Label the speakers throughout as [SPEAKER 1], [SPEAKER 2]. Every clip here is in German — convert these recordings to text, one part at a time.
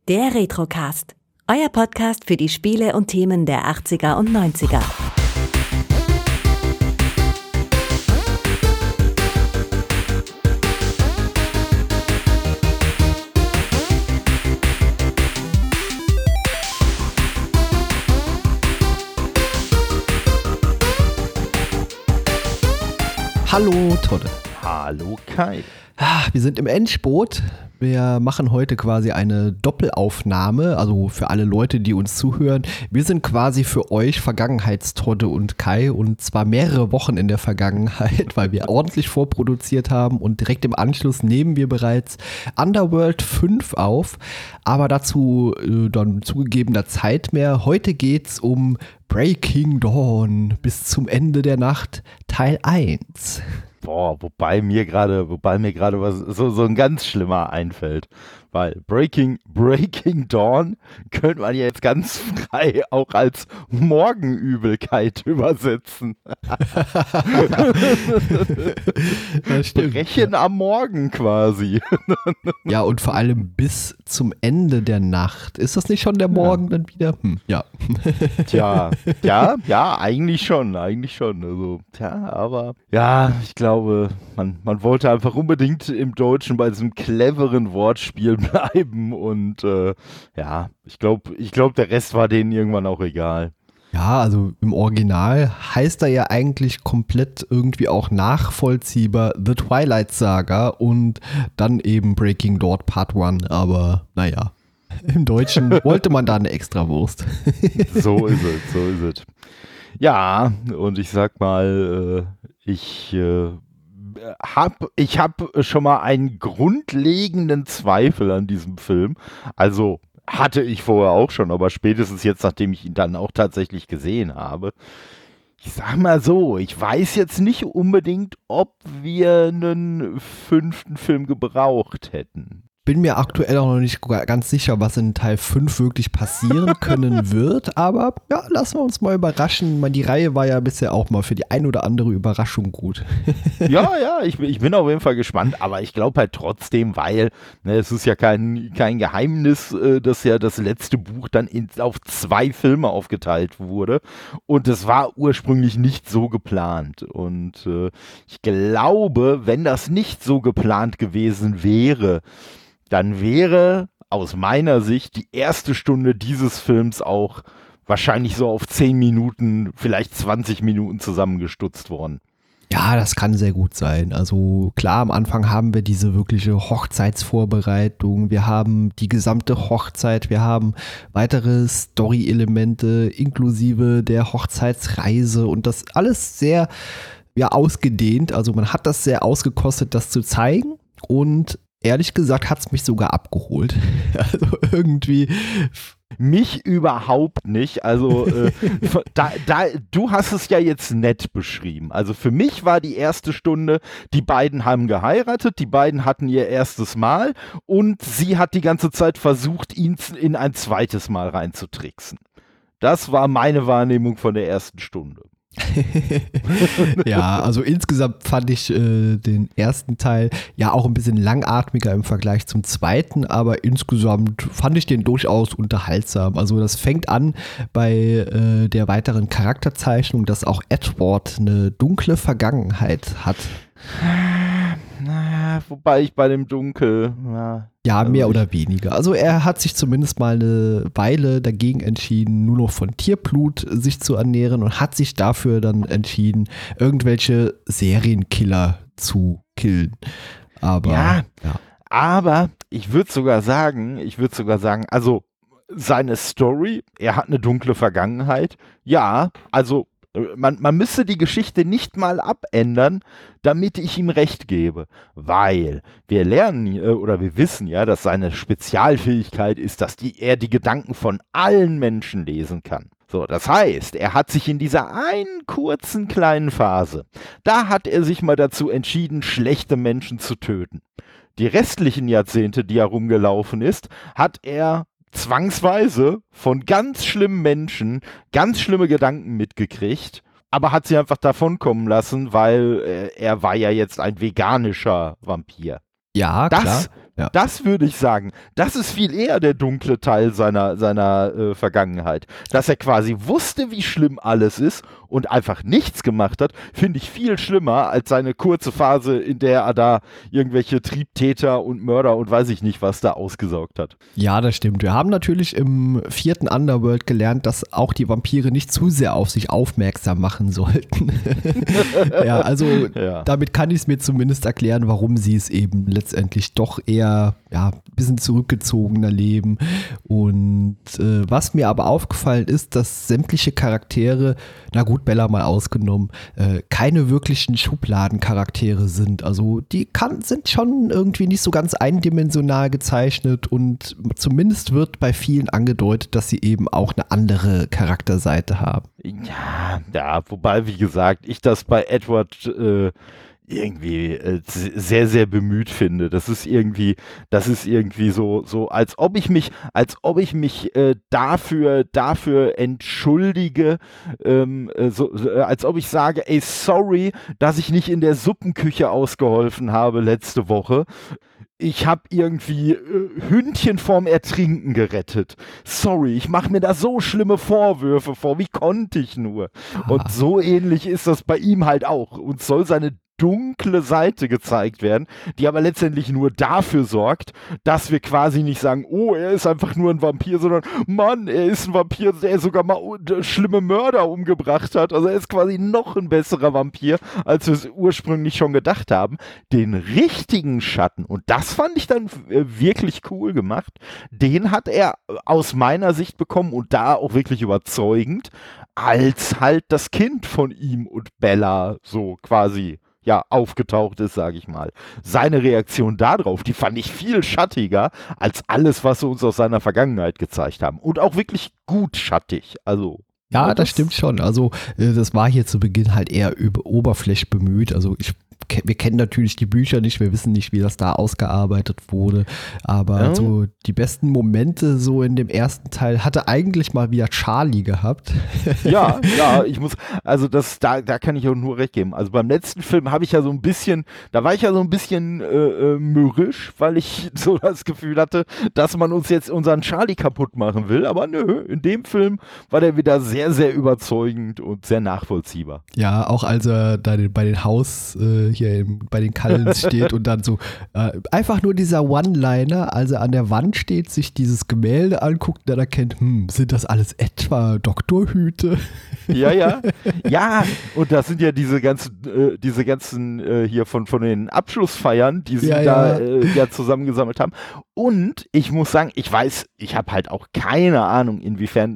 [SPEAKER 1] Der Retrocast, euer Podcast für die Spiele und Themen der 80er und 90er.
[SPEAKER 2] Hallo Todde.
[SPEAKER 3] Hallo Kai.
[SPEAKER 2] Wir sind im Endspurt. Wir machen heute quasi eine Doppelaufnahme, also für alle Leute, die uns zuhören. Wir sind quasi für euch Vergangenheitstodde und Kai, und zwar mehrere Wochen in der Vergangenheit, weil wir ordentlich vorproduziert haben, und direkt im Anschluss nehmen wir bereits Underworld 5 auf, aber dazu dann zugegebener Zeit mehr. Heute geht's um Breaking Dawn bis zum Ende der Nacht Teil 1.
[SPEAKER 3] Boah, wobei mir gerade was so ein ganz schlimmer einfällt, weil Breaking Dawn könnte man ja jetzt ganz frei auch als Morgenübelkeit übersetzen.
[SPEAKER 2] Das stimmt,
[SPEAKER 3] Brechen am Morgen quasi.
[SPEAKER 2] Ja, und vor allem bis zum Ende der Nacht. Ist das nicht schon der Morgen dann wieder? Ja.
[SPEAKER 3] Tja, ja, eigentlich schon. Also, aber ja, ich glaube, man wollte einfach unbedingt im Deutschen bei diesem cleveren Wortspiel bleiben, und ich glaube, der Rest war denen irgendwann auch egal.
[SPEAKER 2] Ja, also im Original heißt er ja eigentlich komplett irgendwie auch nachvollziehbar The Twilight Saga und dann eben Breaking Dawn Part 1, aber naja, im Deutschen wollte man da eine Extrawurst.
[SPEAKER 3] So ist es. Ja, und ich sag mal, ich hab schon mal einen grundlegenden Zweifel an diesem Film. Also hatte ich vorher auch schon, aber spätestens jetzt, nachdem ich ihn dann auch tatsächlich gesehen habe. Ich sag mal so, ich weiß jetzt nicht unbedingt, ob wir einen 5. Film gebraucht hätten.
[SPEAKER 2] Bin mir aktuell auch noch nicht ganz sicher, was in Teil 5 wirklich passieren können wird, aber ja, lassen wir uns mal überraschen. Die Reihe war ja bisher auch mal für die ein oder andere Überraschung gut.
[SPEAKER 3] Ja, ich bin auf jeden Fall gespannt, aber ich glaube halt trotzdem, weil es ist ja kein Geheimnis, dass ja das letzte Buch dann auf 2 Filme aufgeteilt wurde, und das war ursprünglich nicht so geplant, und ich glaube, wenn das nicht so geplant gewesen wäre, dann wäre aus meiner Sicht die erste Stunde dieses Films auch wahrscheinlich so auf 10 Minuten, vielleicht 20 Minuten zusammengestutzt worden.
[SPEAKER 2] Ja, das kann sehr gut sein. Also klar, am Anfang haben wir diese wirkliche Hochzeitsvorbereitung, wir haben die gesamte Hochzeit, wir haben weitere Story-Elemente inklusive der Hochzeitsreise, und das alles sehr ausgedehnt. Also man hat das sehr ausgekostet, das zu zeigen, und ehrlich gesagt hat es mich sogar abgeholt. Also irgendwie.
[SPEAKER 3] Mich überhaupt nicht. Also du hast es ja jetzt nett beschrieben. Also für mich war die erste Stunde, die beiden haben geheiratet, die beiden hatten ihr erstes Mal, und sie hat die ganze Zeit versucht, ihn in ein zweites Mal reinzutricksen. Das war meine Wahrnehmung von der ersten Stunde.
[SPEAKER 2] Ja, also insgesamt fand ich den ersten Teil ja auch ein bisschen langatmiger im Vergleich zum zweiten, aber insgesamt fand ich den durchaus unterhaltsam. Also das fängt an bei der weiteren Charakterzeichnung, dass auch Edward eine dunkle Vergangenheit hat.
[SPEAKER 3] Naja, wobei ich bei dem Dunkel...
[SPEAKER 2] Ja, mehr oder weniger. Also er hat sich zumindest mal eine Weile dagegen entschieden, nur noch von Tierblut sich zu ernähren, und hat sich dafür dann entschieden, irgendwelche Serienkiller zu killen. Aber
[SPEAKER 3] aber ich würde sogar sagen, also seine Story, er hat eine dunkle Vergangenheit. Ja, also man müsste die Geschichte nicht mal abändern, damit ich ihm recht gebe, weil wir lernen oder wir wissen ja, dass seine Spezialfähigkeit ist, dass er die Gedanken von allen Menschen lesen kann. So, das heißt, er hat sich in dieser einen kurzen kleinen Phase, da hat er sich mal dazu entschieden, schlechte Menschen zu töten. Die restlichen Jahrzehnte, die er rumgelaufen ist, hat er zwangsweise von ganz schlimmen Menschen ganz schlimme Gedanken mitgekriegt, aber hat sie einfach davonkommen lassen, weil er war ja jetzt ein veganischer Vampir.
[SPEAKER 2] Ja, klar.
[SPEAKER 3] Das würde ich sagen. Das ist viel eher der dunkle Teil seiner Vergangenheit. Dass er quasi wusste, wie schlimm alles ist und einfach nichts gemacht hat, finde ich viel schlimmer als seine kurze Phase, in der er da irgendwelche Triebtäter und Mörder und weiß ich nicht was da ausgesaugt hat.
[SPEAKER 2] Ja, das stimmt. Wir haben natürlich im 4. Underworld gelernt, dass auch die Vampire nicht zu sehr auf sich aufmerksam machen sollten. Ja, also damit kann ich es mir zumindest erklären, warum sie es eben letztendlich doch eher ein bisschen zurückgezogener leben. Und was mir aber aufgefallen ist, dass sämtliche Charaktere, na gut, Bella mal ausgenommen, keine wirklichen Schubladencharaktere sind. Also die sind schon irgendwie nicht so ganz eindimensional gezeichnet und zumindest wird bei vielen angedeutet, dass sie eben auch eine andere Charakterseite haben.
[SPEAKER 3] Ja, wobei, wie gesagt, ich das bei Edward irgendwie sehr, sehr bemüht finde. Das ist irgendwie so, als ob ich mich dafür entschuldige, als ob ich sage, ey, sorry, dass ich nicht in der Suppenküche ausgeholfen habe letzte Woche. Ich habe irgendwie Hündchen vorm Ertrinken gerettet. Sorry, ich mache mir da so schlimme Vorwürfe vor. Wie konnte ich nur? Und so ähnlich ist das bei ihm halt auch. Und soll seine dunkle Seite gezeigt werden, die aber letztendlich nur dafür sorgt, dass wir quasi nicht sagen, oh, er ist einfach nur ein Vampir, sondern Mann, er ist ein Vampir, der sogar mal schlimme Mörder umgebracht hat. Also er ist quasi noch ein besserer Vampir, als wir es ursprünglich schon gedacht haben. Den richtigen Schatten, und das fand ich dann wirklich cool gemacht, den hat er aus meiner Sicht bekommen und da auch wirklich überzeugend, als halt das Kind von ihm und Bella so quasi aufgetaucht ist, sage ich mal. Seine Reaktion darauf, die fand ich viel schattiger als alles, was sie uns aus seiner Vergangenheit gezeigt haben. Und auch wirklich gut schattig. Also.
[SPEAKER 2] Ja, das stimmt schon. Also das war hier zu Beginn halt eher über Oberfläche bemüht. Also wir kennen natürlich die Bücher nicht, wir wissen nicht, wie das da ausgearbeitet wurde, aber so die besten Momente so in dem ersten Teil hatte eigentlich mal wieder Charlie gehabt.
[SPEAKER 3] Ja, da kann ich auch nur recht geben. Also beim letzten Film war ich ja so ein bisschen mürrisch, weil ich so das Gefühl hatte, dass man uns jetzt unseren Charlie kaputt machen will, aber nö, in dem Film war der wieder sehr, sehr überzeugend und sehr nachvollziehbar.
[SPEAKER 2] Ja, auch als er da bei den Haus bei den Cullens steht und dann so einfach nur dieser One-Liner, als er an der Wand steht, sich dieses Gemälde anguckt und dann erkennt, sind das alles etwa Doktorhüte?
[SPEAKER 3] Ja, und das sind ja diese ganzen hier von den Abschlussfeiern, die sie zusammengesammelt haben. Und ich muss sagen, ich habe halt auch keine Ahnung, inwiefern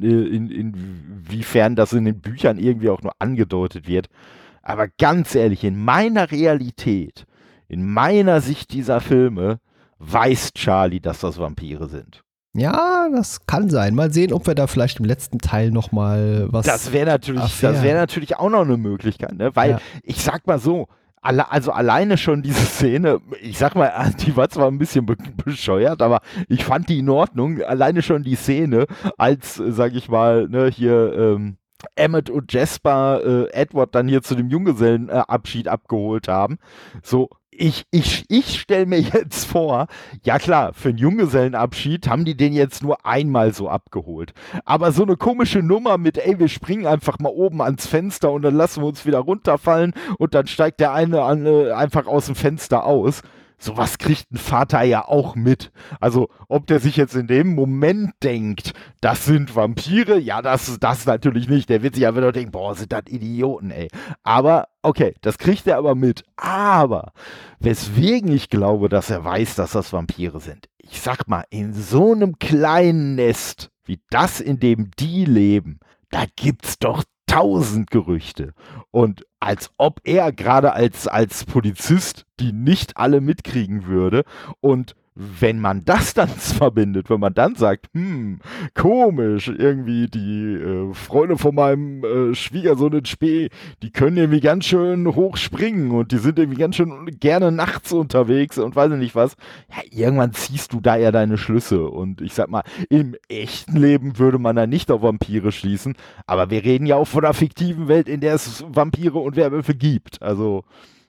[SPEAKER 3] das in den Büchern irgendwie auch nur angedeutet wird. Aber ganz ehrlich, in meiner Realität, in meiner Sicht dieser Filme, weiß Charlie, dass das Vampire sind.
[SPEAKER 2] Ja, das kann sein. Mal sehen, ob wir da vielleicht im letzten Teil nochmal was.
[SPEAKER 3] Das wäre natürlich auch noch eine Möglichkeit, ne? Weil ich sag mal so, also alleine schon diese Szene, ich sag mal, die war zwar ein bisschen bescheuert, aber ich fand die in Ordnung. Alleine schon die Szene, als, sag ich mal, ne, hier Emmett und Jasper Edward dann hier zu dem Junggesellenabschied abgeholt haben. So, ich stelle mir jetzt vor, ja klar, für einen Junggesellenabschied haben die den jetzt nur einmal so abgeholt. Aber so eine komische Nummer mit, ey, wir springen einfach mal oben ans Fenster und dann lassen wir uns wieder runterfallen und dann steigt der eine einfach aus dem Fenster aus. Sowas kriegt ein Vater ja auch mit. Also, ob der sich jetzt in dem Moment denkt, das sind Vampire, ja, das natürlich nicht. Der wird sich einfach nur denken, boah, sind das Idioten, ey. Aber, okay, das kriegt er aber mit. Aber, weswegen ich glaube, dass er weiß, dass das Vampire sind. Ich sag mal, in so einem kleinen Nest, wie das, in dem die leben, da gibt's doch 1000 Gerüchte. Und als ob er gerade als Polizist die nicht alle mitkriegen würde. Und wenn man das dann verbindet, wenn man dann sagt, komisch, irgendwie die Freunde von meinem Schwiegersohn in Spee, die können irgendwie ganz schön hoch springen und die sind irgendwie ganz schön gerne nachts unterwegs und weiß ich nicht was. Ja, irgendwann ziehst du da ja deine Schlüsse und ich sag mal, im echten Leben würde man da nicht auf Vampire schließen, aber wir reden ja auch von einer fiktiven Welt, in der es Vampire und Werwölfe gibt, also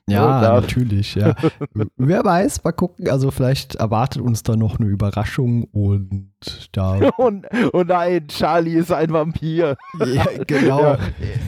[SPEAKER 2] Ja,
[SPEAKER 3] Da-
[SPEAKER 2] natürlich, ja. Wer weiß, mal gucken. Also vielleicht erwartet uns da noch eine Überraschung und da.
[SPEAKER 3] Und nein, Charlie ist ein Vampir.
[SPEAKER 2] Ja, genau.
[SPEAKER 3] Ja,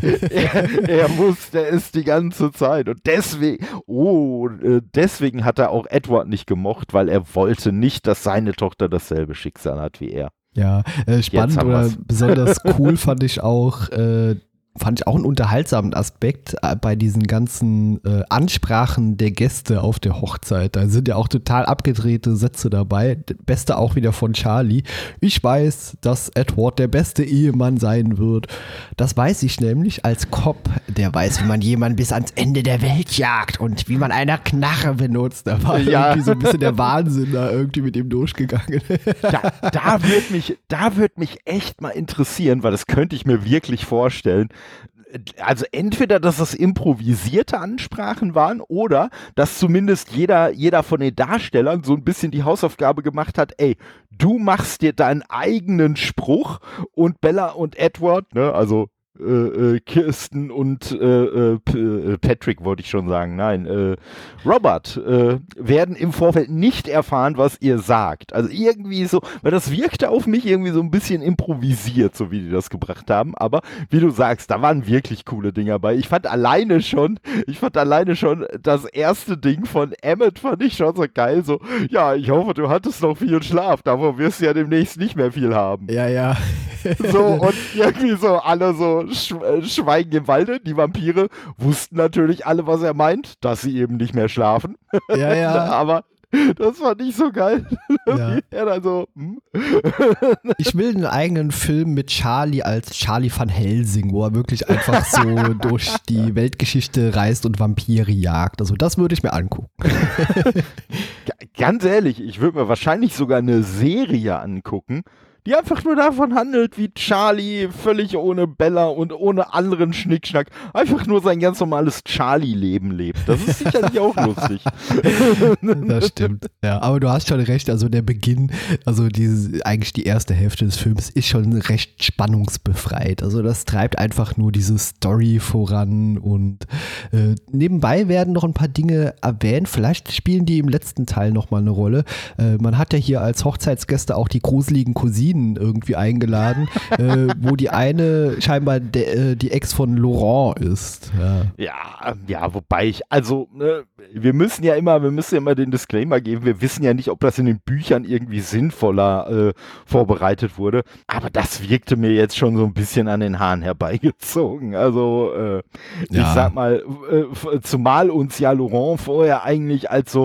[SPEAKER 3] der ist die ganze Zeit. Und deswegen hat er auch Edward nicht gemocht, weil er wollte nicht, dass seine Tochter dasselbe Schicksal hat wie er.
[SPEAKER 2] Ja, spannend
[SPEAKER 3] haben
[SPEAKER 2] oder
[SPEAKER 3] wir's.
[SPEAKER 2] besonders cool fand ich auch einen unterhaltsamen Aspekt bei diesen ganzen Ansprachen der Gäste auf der Hochzeit. Da sind ja auch total abgedrehte Sätze dabei. Der Beste auch wieder von Charlie. Ich weiß, dass Edward der beste Ehemann sein wird. Das weiß ich nämlich als Cop, der weiß, wie man jemanden bis ans Ende der Welt jagt und wie man eine Knarre benutzt. Da war
[SPEAKER 3] Ja.
[SPEAKER 2] irgendwie so ein bisschen der Wahnsinn da irgendwie mit ihm durchgegangen.
[SPEAKER 3] Da wird mich echt mal interessieren, weil das könnte ich mir wirklich vorstellen. Also entweder, dass das improvisierte Ansprachen waren oder dass zumindest jeder von den Darstellern so ein bisschen die Hausaufgabe gemacht hat, ey, du machst dir deinen eigenen Spruch und Bella und Edward, ne, also Kirsten und Patrick wollte ich schon sagen, nein, Robert werden im Vorfeld nicht erfahren, was ihr sagt. Also irgendwie so, weil das wirkte auf mich irgendwie so ein bisschen improvisiert, so wie die das gebracht haben. Aber wie du sagst, da waren wirklich coole Dinger bei. Ich fand alleine schon das erste Ding von Emmett fand ich schon so geil. So, ja, ich hoffe, du hattest noch viel Schlaf, davon wirst du ja demnächst nicht mehr viel haben.
[SPEAKER 2] Ja, ja.
[SPEAKER 3] So, und irgendwie so alle so schweigen im Walde. Die Vampire wussten natürlich alle, was er meint, dass sie eben nicht mehr schlafen.
[SPEAKER 2] Ja, ja.
[SPEAKER 3] Aber das fand ich so geil.
[SPEAKER 2] Ja.
[SPEAKER 3] Er dann so,
[SPEAKER 2] Ich will einen eigenen Film mit Charlie als Charlie van Helsing, wo er wirklich einfach so durch die Weltgeschichte reist und Vampire jagt. Also das würde ich mir angucken.
[SPEAKER 3] ganz ehrlich, ich würde mir wahrscheinlich sogar eine Serie angucken, die einfach nur davon handelt, wie Charlie völlig ohne Bella und ohne anderen Schnickschnack einfach nur sein ganz normales Charlie-Leben lebt. Das ist sicherlich auch lustig.
[SPEAKER 2] Das stimmt. Ja, aber du hast schon recht, also der Beginn, also eigentlich die erste Hälfte des Films ist schon recht spannungsbefreit. Also das treibt einfach nur diese Story voran und nebenbei werden noch ein paar Dinge erwähnt. Vielleicht spielen die im letzten Teil nochmal eine Rolle. Man hat ja hier als Hochzeitsgäste auch die gruseligen Cousinen irgendwie eingeladen, wo die eine scheinbar die Ex von Laurent ist.
[SPEAKER 3] Ja, wobei wir müssen ja immer den Disclaimer geben, wir wissen ja nicht, ob das in den Büchern irgendwie sinnvoller vorbereitet wurde, aber das wirkte mir jetzt schon so ein bisschen an den Haaren herbeigezogen. Also, ich sag mal, zumal uns ja Laurent vorher eigentlich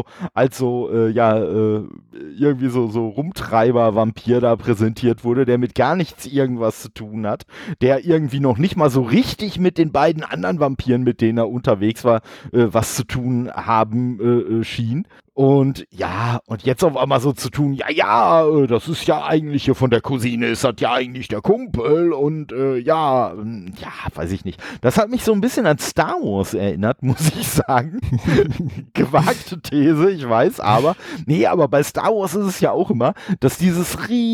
[SPEAKER 3] irgendwie so Rumtreiber-Vampir da präsentiert wurde, der mit gar nichts irgendwas zu tun hat, der irgendwie noch nicht mal so richtig mit den beiden anderen Vampiren, mit denen er unterwegs war, was zu tun haben schien. Und ja, und jetzt auf einmal so zu tun, das ist ja eigentlich hier von der Cousine, ist das ja eigentlich der Kumpel und weiß ich nicht. Das hat mich so ein bisschen an Star Wars erinnert, muss ich sagen. Gewagte These, ich weiß, aber bei Star Wars ist es ja auch immer, dass diese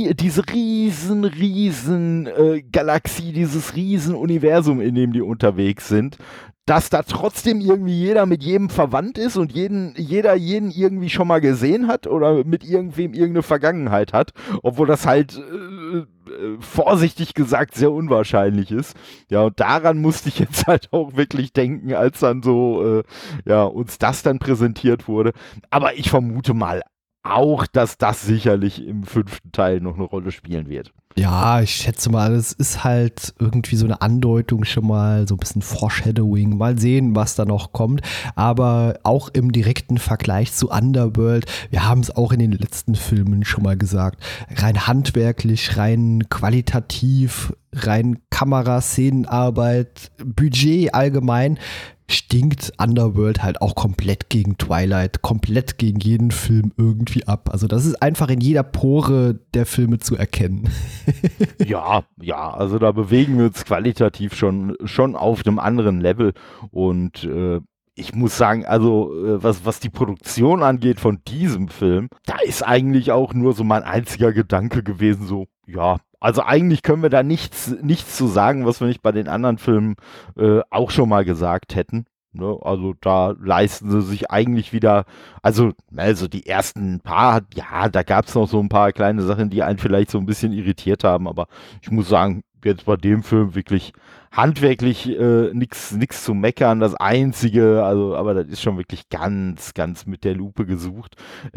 [SPEAKER 3] riesen Galaxie, dieses riesen Universum, in dem die unterwegs sind, dass da trotzdem irgendwie jeder mit jedem verwandt ist und jeder jeden irgendwie schon mal gesehen hat oder mit irgendwem irgendeine Vergangenheit hat, obwohl das halt vorsichtig gesagt sehr unwahrscheinlich ist. Ja, und daran musste ich jetzt halt auch wirklich denken, als dann so uns das dann präsentiert wurde. Aber ich vermute mal auch, dass das sicherlich im 5. Teil noch eine Rolle spielen wird.
[SPEAKER 2] Ja, ich schätze mal, das ist halt irgendwie so eine Andeutung schon mal, so ein bisschen Foreshadowing. Mal sehen, was da noch kommt. Aber auch im direkten Vergleich zu Underworld, wir haben es auch in den letzten Filmen schon mal gesagt, rein handwerklich, rein qualitativ, rein Kamera, Szenenarbeit, Budget allgemein, stinkt Underworld halt auch komplett gegen Twilight, komplett gegen jeden Film irgendwie ab. Also das ist einfach in jeder Pore der Filme zu erkennen.
[SPEAKER 3] Ja, also da bewegen wir uns qualitativ schon auf einem anderen Level und ich muss sagen, also was die Produktion angeht von diesem Film, da ist eigentlich auch nur so mein einziger Gedanke gewesen, so, ja, also eigentlich können wir da nichts zu sagen, was wir nicht bei den anderen Filmen auch schon mal gesagt hätten. Ne? Also da leisten sie sich eigentlich wieder, also die ersten paar, ja, da gab es noch so ein paar kleine Sachen, die einen vielleicht so ein bisschen irritiert haben, aber ich muss sagen, jetzt bei dem Film wirklich handwerklich nichts zu meckern. Das Einzige, aber das ist schon wirklich ganz, ganz mit der Lupe gesucht,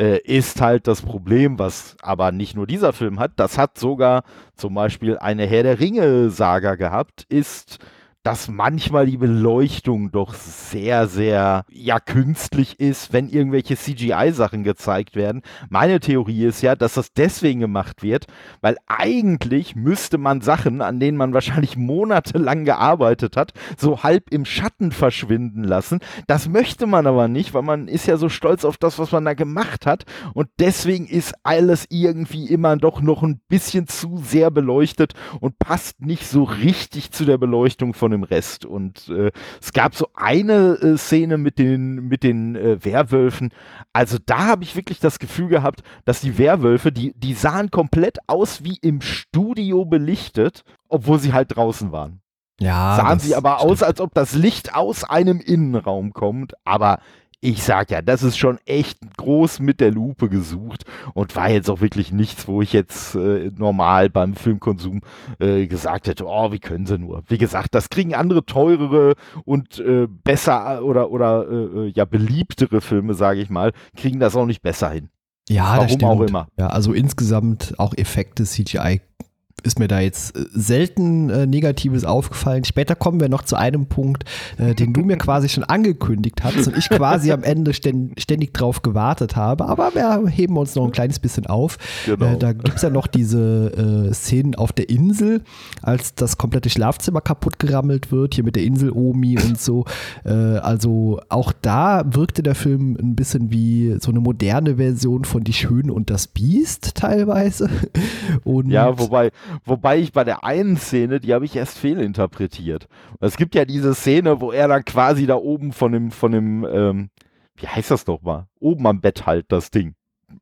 [SPEAKER 3] ist halt das Problem, was aber nicht nur dieser Film hat, das hat sogar zum Beispiel eine Herr der Ringe-Saga gehabt, ist, dass manchmal die Beleuchtung doch sehr, sehr, ja, künstlich ist, wenn irgendwelche CGI-Sachen gezeigt werden. Meine Theorie ist ja, dass das deswegen gemacht wird, weil eigentlich müsste man Sachen, an denen man wahrscheinlich monatelang gearbeitet hat, so halb im Schatten verschwinden lassen. Das möchte man aber nicht, weil man ist ja so stolz auf das, was man da gemacht hat. Und deswegen ist alles irgendwie immer doch noch ein bisschen zu sehr beleuchtet und passt nicht so richtig zu der Beleuchtung von dem Rest. Und es gab so eine Szene mit den Werwölfen. Also da habe ich wirklich das Gefühl gehabt, dass die Werwölfe, die sahen komplett aus wie im Studio belichtet, obwohl sie halt draußen waren.
[SPEAKER 2] Ja,
[SPEAKER 3] sahen sie aber aus, als ob das Licht aus einem Innenraum kommt. Aber ich sag ja, das ist schon echt groß mit der Lupe gesucht und war jetzt auch wirklich nichts, wo ich jetzt normal beim Filmkonsum gesagt hätte, oh, wie können sie nur. Wie gesagt, das kriegen andere teurere und besser oder ja beliebtere Filme, sage ich mal, kriegen das auch nicht besser hin.
[SPEAKER 2] Ja,
[SPEAKER 3] warum
[SPEAKER 2] das stimmt.
[SPEAKER 3] Auch immer.
[SPEAKER 2] Ja, also insgesamt auch Effekte, CGI ist mir da jetzt selten Negatives aufgefallen. Später kommen wir noch zu einem Punkt, den du mir quasi schon angekündigt hast und ich quasi am Ende ständig drauf gewartet habe. Aber wir heben uns noch ein kleines bisschen auf.
[SPEAKER 3] Genau.
[SPEAKER 2] Da gibt es ja noch diese Szenen auf der Insel, als das komplette Schlafzimmer kaputt gerammelt wird, hier mit der Insel-Omi und so. Also auch da wirkte der Film ein bisschen wie so eine moderne Version von Die Schöne und das Biest teilweise. Und
[SPEAKER 3] ja, wobei ich bei der einen Szene, die habe ich erst fehlinterpretiert. Es gibt ja diese Szene, wo er dann quasi da oben von dem, wie heißt das nochmal? Oben am Bett halt das Ding.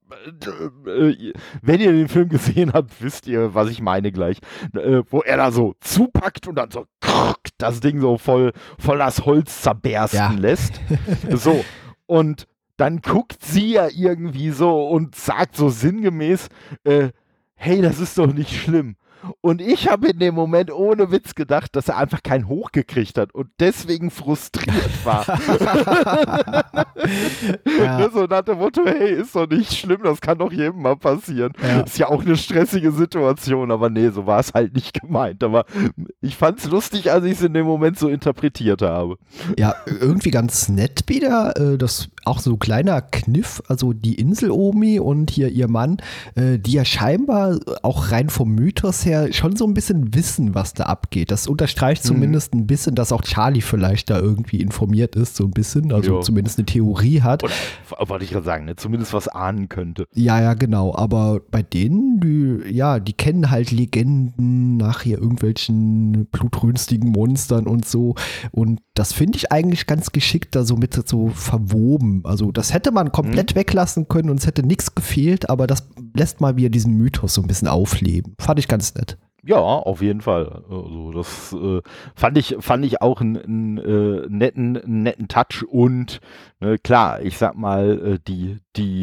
[SPEAKER 3] Wenn ihr den Film gesehen habt, wisst ihr, was ich meine gleich. Wo er da so zupackt und dann so das Ding so voll das Holz zerbersten lässt. So, und dann guckt sie ja irgendwie so und sagt so sinngemäß, hey, das ist doch nicht schlimm. Und ich habe in dem Moment ohne Witz gedacht, dass er einfach keinen hochgekriegt hat und deswegen frustriert war. Ja. So nach dem Motto, hey, ist doch nicht schlimm, das kann doch jedem mal passieren. Ja. Ist ja auch eine stressige Situation, aber nee, so war es halt nicht gemeint. Aber ich fand es lustig, als ich es in dem Moment so interpretiert habe.
[SPEAKER 2] Ja, irgendwie ganz nett wieder, das auch so ein kleiner Kniff, also die Insel-Omi und hier ihr Mann, die ja scheinbar auch rein vom Mythos her schon so ein bisschen wissen, was da abgeht. Das unterstreicht zumindest ein bisschen, dass auch Charlie vielleicht da irgendwie informiert ist, so ein bisschen, also zumindest eine Theorie hat.
[SPEAKER 3] Oder, wollte ich gerade sagen, ne? Zumindest was ahnen könnte.
[SPEAKER 2] Ja, genau, aber bei denen, die kennen halt Legenden nach hier irgendwelchen blutrünstigen Monstern und so und das finde ich eigentlich ganz geschickt da so mit so verwoben. Also das hätte man komplett weglassen können und es hätte nichts gefehlt, aber das lässt mal wieder diesen Mythos so ein bisschen aufleben. Fand ich ganz nett.
[SPEAKER 3] Ja, auf jeden Fall. Also das fand ich auch einen netten Touch und klar, ich sag mal, die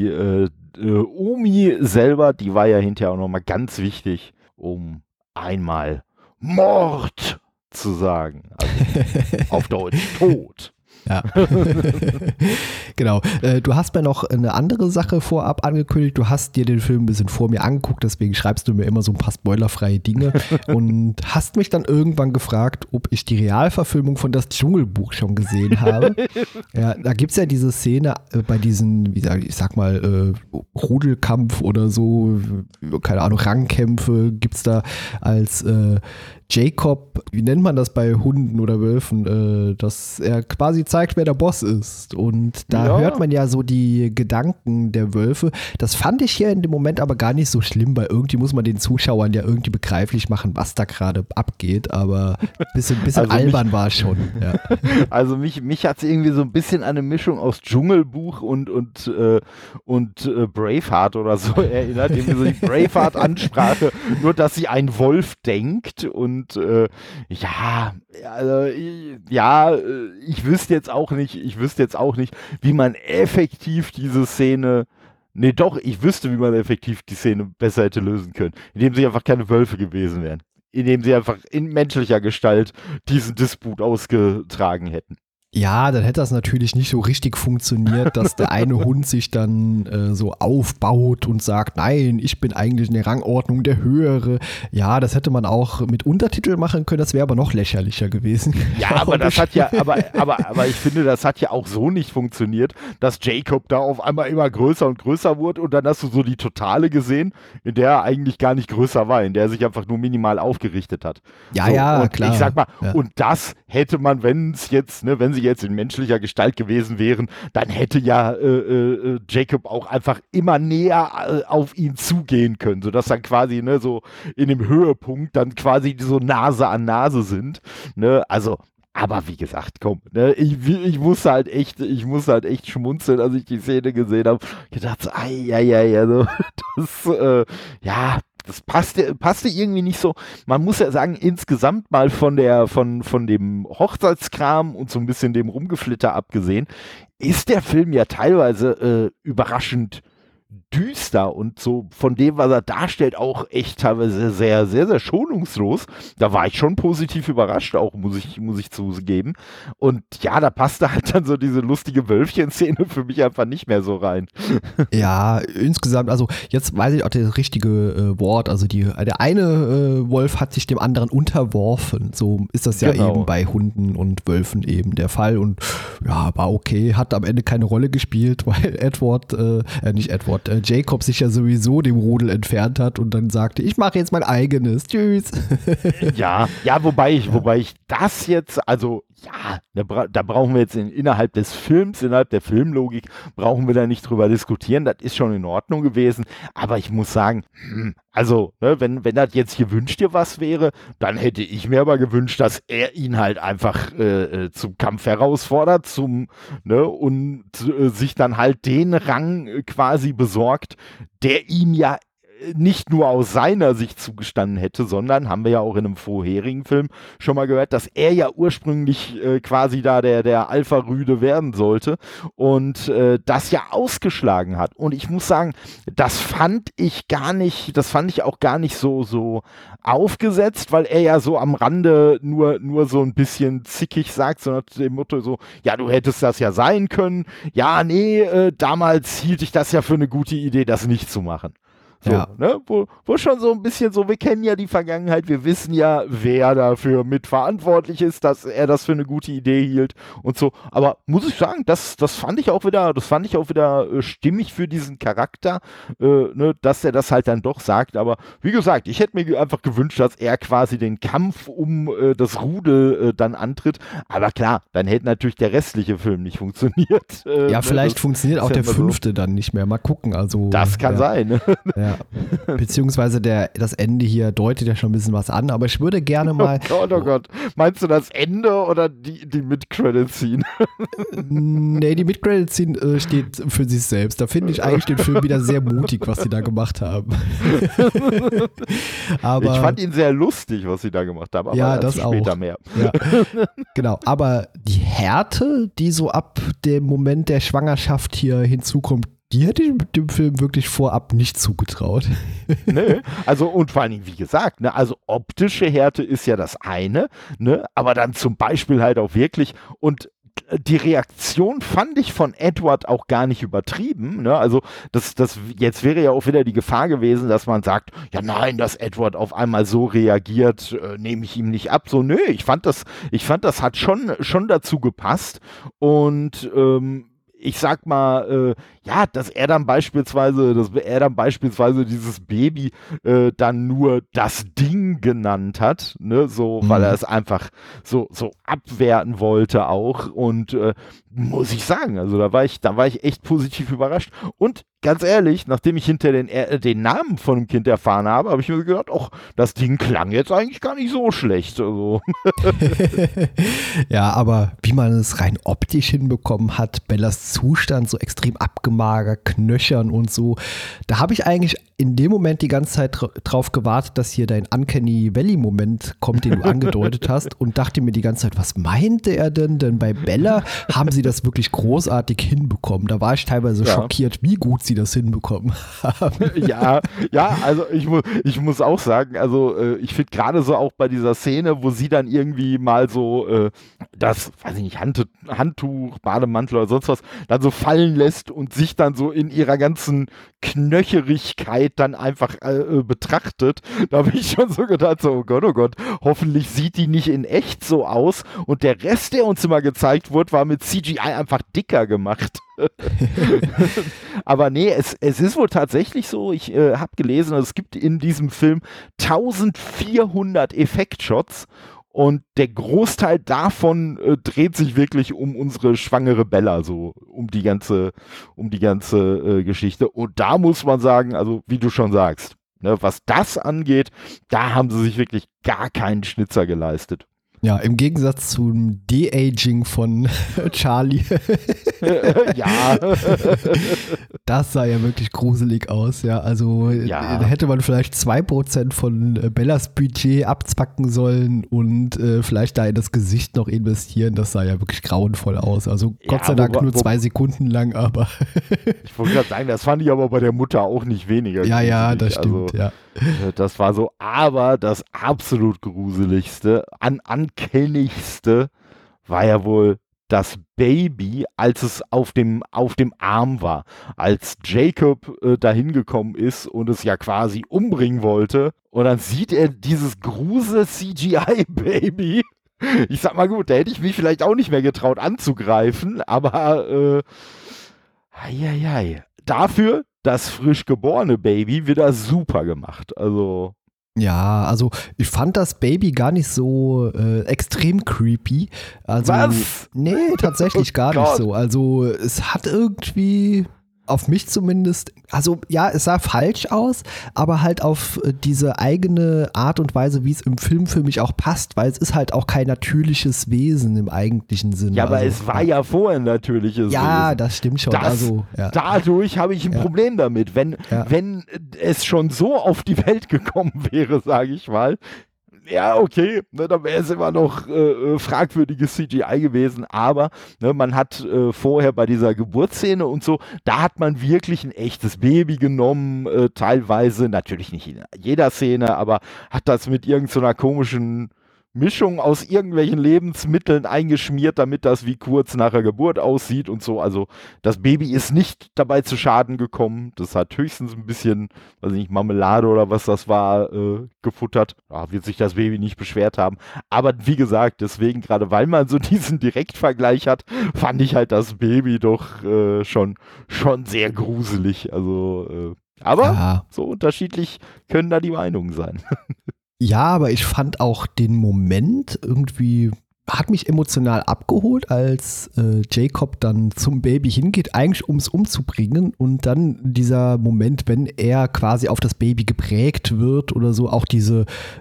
[SPEAKER 3] Omi selber, die war ja hinterher auch nochmal ganz wichtig, um einmal Mord zu sagen. Also auf Deutsch Tod.
[SPEAKER 2] Ja. Genau. Du hast mir noch eine andere Sache vorab angekündigt. Du hast dir den Film ein bisschen vor mir angeguckt, deswegen schreibst du mir immer so ein paar spoilerfreie Dinge und hast mich dann irgendwann gefragt, ob ich die Realverfilmung von Das Dschungelbuch schon gesehen habe. Ja, da gibt es ja diese Szene bei diesen, ich sag mal, Rudelkampf oder so, keine Ahnung, Rangkämpfe gibt es da als Jacob, wie nennt man das bei Hunden oder Wölfen, dass er quasi zeigt, wer der Boss ist. Und da hört man ja so die Gedanken der Wölfe. Das fand ich hier in dem Moment aber gar nicht so schlimm, weil irgendwie muss man den Zuschauern ja irgendwie begreiflich machen, was da gerade abgeht. Aber ein bisschen also albern war es schon. Ja.
[SPEAKER 3] Also mich hat es irgendwie so ein bisschen an eine Mischung aus Dschungelbuch und Braveheart oder so erinnert. Irgendwie so die Braveheart-Ansprache, nur dass sie ein Wolf denkt und und ja, also, ich wüsste jetzt auch nicht, wie man effektiv diese Szene, nee doch, ich wüsste, wie man effektiv die Szene besser hätte lösen können, indem sie einfach keine Wölfe gewesen wären, indem sie einfach in menschlicher Gestalt diesen Disput ausgetragen hätten.
[SPEAKER 2] Ja, dann hätte das natürlich nicht so richtig funktioniert, dass der eine Hund sich dann so aufbaut und sagt, nein, ich bin eigentlich in der Rangordnung der Höhere. Ja, das hätte man auch mit Untertitel machen können, das wäre aber noch lächerlicher gewesen.
[SPEAKER 3] Ja, aber das hat ja, aber ich finde, das hat ja auch so nicht funktioniert, dass Jacob da auf einmal immer größer und größer wurde und dann hast du so die Totale gesehen, in der er eigentlich gar nicht größer war, in der er sich einfach nur minimal aufgerichtet hat.
[SPEAKER 2] Ja,
[SPEAKER 3] so,
[SPEAKER 2] ja,
[SPEAKER 3] und
[SPEAKER 2] klar.
[SPEAKER 3] Ich sag mal,
[SPEAKER 2] ja.
[SPEAKER 3] Und das hätte man, wenn sie jetzt in menschlicher Gestalt gewesen wären, dann hätte ja Jacob auch einfach immer näher auf ihn zugehen können, sodass dann quasi so in dem Höhepunkt dann quasi so Nase an Nase sind. Ne? Also, aber wie gesagt, komm, ne? ich musste halt echt schmunzeln, als ich die Szene gesehen habe. Ich dachte so, also, das passte irgendwie nicht so. Man muss ja sagen, insgesamt mal von dem Hochzeitskram und so ein bisschen dem Rumgeflitter abgesehen, ist der Film ja teilweise überraschend düster und so von dem, was er darstellt, auch echt teilweise sehr, sehr, sehr schonungslos. Da war ich schon positiv überrascht, auch muss ich zugeben. Und ja, da passte halt dann so diese lustige Wölfchen-Szene für mich einfach nicht mehr so rein.
[SPEAKER 2] Ja, insgesamt, also jetzt weiß ich auch das richtige Wort, also der eine Wolf hat sich dem anderen unterworfen. So ist das ja eben bei Hunden und Wölfen eben der Fall und ja, war okay, hat am Ende keine Rolle gespielt, weil Jacob sich ja sowieso dem Rudel entfernt hat und dann sagte, ich mache jetzt mein eigenes, tschüss. Ja,
[SPEAKER 3] wobei ich das jetzt, also ja, da brauchen wir jetzt innerhalb des Films, innerhalb der Filmlogik, brauchen wir da nicht drüber diskutieren, das ist schon in Ordnung gewesen, aber ich muss sagen, also, ne, wenn das jetzt gewünscht dir was wäre, dann hätte ich mir aber gewünscht, dass er ihn halt einfach zum Kampf herausfordert, und sich dann halt den Rang quasi besorgt, der ihm ja nicht nur aus seiner Sicht zugestanden hätte, sondern, haben wir ja auch in einem vorherigen Film schon mal gehört, dass er ja ursprünglich quasi da der Alpha-Rüde werden sollte und das ja ausgeschlagen hat. Und ich muss sagen, das fand ich auch gar nicht so aufgesetzt, weil er ja so am Rande nur so ein bisschen zickig sagt, so nach dem Motto so, ja, du hättest das ja sein können. Ja, nee, damals hielt ich das ja für eine gute Idee, das nicht zu machen. So,
[SPEAKER 2] ja.
[SPEAKER 3] Ne? Wo schon so ein bisschen so, wir kennen ja die Vergangenheit, wir wissen ja, wer dafür mitverantwortlich ist, dass er das für eine gute Idee hielt und so. Aber muss ich sagen, das fand ich auch wieder stimmig für diesen Charakter, ne, dass er das halt dann doch sagt. Aber wie gesagt, ich hätte mir einfach gewünscht, dass er quasi den Kampf um das Rudel dann antritt. Aber klar, dann hätte natürlich der restliche Film nicht funktioniert.
[SPEAKER 2] Ja, vielleicht funktioniert auch der 5. dann nicht mehr. Mal gucken. Also,
[SPEAKER 3] das kann sein. Ne?
[SPEAKER 2] Ja. Beziehungsweise das Ende hier deutet ja schon ein bisschen was an, aber ich würde gerne mal.
[SPEAKER 3] Oh Gott. Meinst du das Ende oder die Mid-Credit-Scene?
[SPEAKER 2] Nee, die Mid-Credit-Scene steht für sich selbst. Da finde ich eigentlich den Film wieder sehr mutig, was sie da gemacht haben. Aber,
[SPEAKER 3] ich fand ihn sehr lustig, was sie da gemacht haben, aber
[SPEAKER 2] ja, das
[SPEAKER 3] später
[SPEAKER 2] auch.
[SPEAKER 3] mehr.
[SPEAKER 2] Ja. Genau, aber die Härte, die so ab dem Moment der Schwangerschaft hier hinzukommt, die hätte ich dem Film wirklich vorab nicht zugetraut.
[SPEAKER 3] Ne? Also, und vor allem, wie gesagt, ne, also optische Härte ist ja das eine, ne, aber dann zum Beispiel halt auch wirklich, und die Reaktion fand ich von Edward auch gar nicht übertrieben, ne? Also das jetzt wäre ja auch wieder die Gefahr gewesen, dass man sagt, ja nein, dass Edward auf einmal so reagiert, nehme ich ihm nicht ab. So, nö, ich fand das hat schon dazu gepasst und ich sag mal, dass er dann beispielsweise dieses Baby dann nur das Ding genannt hat, ne, so, weil er es einfach so abwerten wollte auch und muss ich sagen, also da war ich echt positiv überrascht und ganz ehrlich, nachdem ich hinter den Namen von dem Kind erfahren habe, habe ich mir gedacht, ach, das Ding klang jetzt eigentlich gar nicht so schlecht. Also.
[SPEAKER 2] Ja, aber wie man es rein optisch hinbekommen hat, Bellas Zustand so extrem abgemagert, knöchern und so, da habe ich eigentlich in dem Moment die ganze Zeit drauf gewartet, dass hier dein Uncanny Valley-Moment kommt, den du angedeutet hast, und dachte mir die ganze Zeit, was meinte er denn? Denn bei Bella haben sie das wirklich großartig hinbekommen. Da war ich teilweise schockiert, wie gut sie das hinbekommen haben.
[SPEAKER 3] Ja, also ich muss auch sagen, also ich finde gerade so auch bei dieser Szene, wo sie dann irgendwie mal so das, weiß ich nicht, Handtuch, Bademantel oder sonst was, dann so fallen lässt und sich dann so in ihrer ganzen Knöcherigkeit dann einfach betrachtet, da habe ich schon so gedacht, so, oh Gott, hoffentlich sieht die nicht in echt so aus, und der Rest, der uns immer gezeigt wurde, war mit CGI einfach dicker gemacht. Aber nee, es ist wohl tatsächlich so, ich habe gelesen, es gibt in diesem Film 1400 Effektshots, und der Großteil davon dreht sich wirklich um unsere schwangere Bella, so um die ganze Geschichte. Und da muss man sagen, also wie du schon sagst, ne, was das angeht, da haben sie sich wirklich gar keinen Schnitzer geleistet.
[SPEAKER 2] Ja, im Gegensatz zum De-Aging von Charlie.
[SPEAKER 3] Ja.
[SPEAKER 2] Das sah ja wirklich gruselig aus, ja. Also da hätte man vielleicht 2% von Bellas Budget abzwacken sollen und vielleicht da in das Gesicht noch investieren. Das sah ja wirklich grauenvoll aus. Also Gott sei Dank nur 2 Sekunden lang, aber. Ich
[SPEAKER 3] wollte gerade sagen, das fand ich aber bei der Mutter auch nicht weniger.
[SPEAKER 2] Ja, das stimmt,
[SPEAKER 3] also, ja. Das war so, aber das absolut gruseligste, ankennigste war ja wohl das Baby, als es auf dem Arm war. Als Jacob dahin gekommen ist und es ja quasi umbringen wollte, und dann sieht er dieses Grusel-CGI-Baby. Ich sag mal gut, da hätte ich mich vielleicht auch nicht mehr getraut anzugreifen, aber dafür das frisch geborene Baby wieder super gemacht. Also
[SPEAKER 2] ja, also ich fand das Baby gar nicht so extrem creepy. Also,
[SPEAKER 3] was?
[SPEAKER 2] Nee, tatsächlich gar nicht so. Also es hat irgendwie, auf mich zumindest, also ja, es sah falsch aus, aber halt auf diese eigene Art und Weise, wie es im Film für mich auch passt, weil es ist halt auch kein natürliches Wesen im eigentlichen Sinne.
[SPEAKER 3] Ja, aber es war ja vorher ein natürliches Wesen.
[SPEAKER 2] Ja, das stimmt schon.
[SPEAKER 3] Dadurch habe ich ein Problem damit. Wenn es schon so auf die Welt gekommen wäre, sage ich mal, ja, okay, ne, dann wäre es immer noch fragwürdiges CGI gewesen, aber ne, man hat vorher bei dieser Geburtsszene und so, da hat man wirklich ein echtes Baby genommen, teilweise, natürlich nicht in jeder Szene, aber hat das mit irgendeiner komischen Mischung aus irgendwelchen Lebensmitteln eingeschmiert, damit das wie kurz nach der Geburt aussieht und so. Also das Baby ist nicht dabei zu Schaden gekommen. Das hat höchstens ein bisschen, weiß ich nicht, Marmelade oder was das war, gefuttert. Da wird sich das Baby nicht beschwert haben. Aber wie gesagt, deswegen, gerade weil man so diesen Direktvergleich hat, fand ich halt das Baby doch schon sehr gruselig. Also, aber so unterschiedlich können da die Meinungen sein.
[SPEAKER 2] Ja, aber ich fand auch den Moment irgendwie, hat mich emotional abgeholt, als Jacob dann zum Baby hingeht, eigentlich um es umzubringen, und dann dieser Moment, wenn er quasi auf das Baby geprägt wird oder so, auch dieser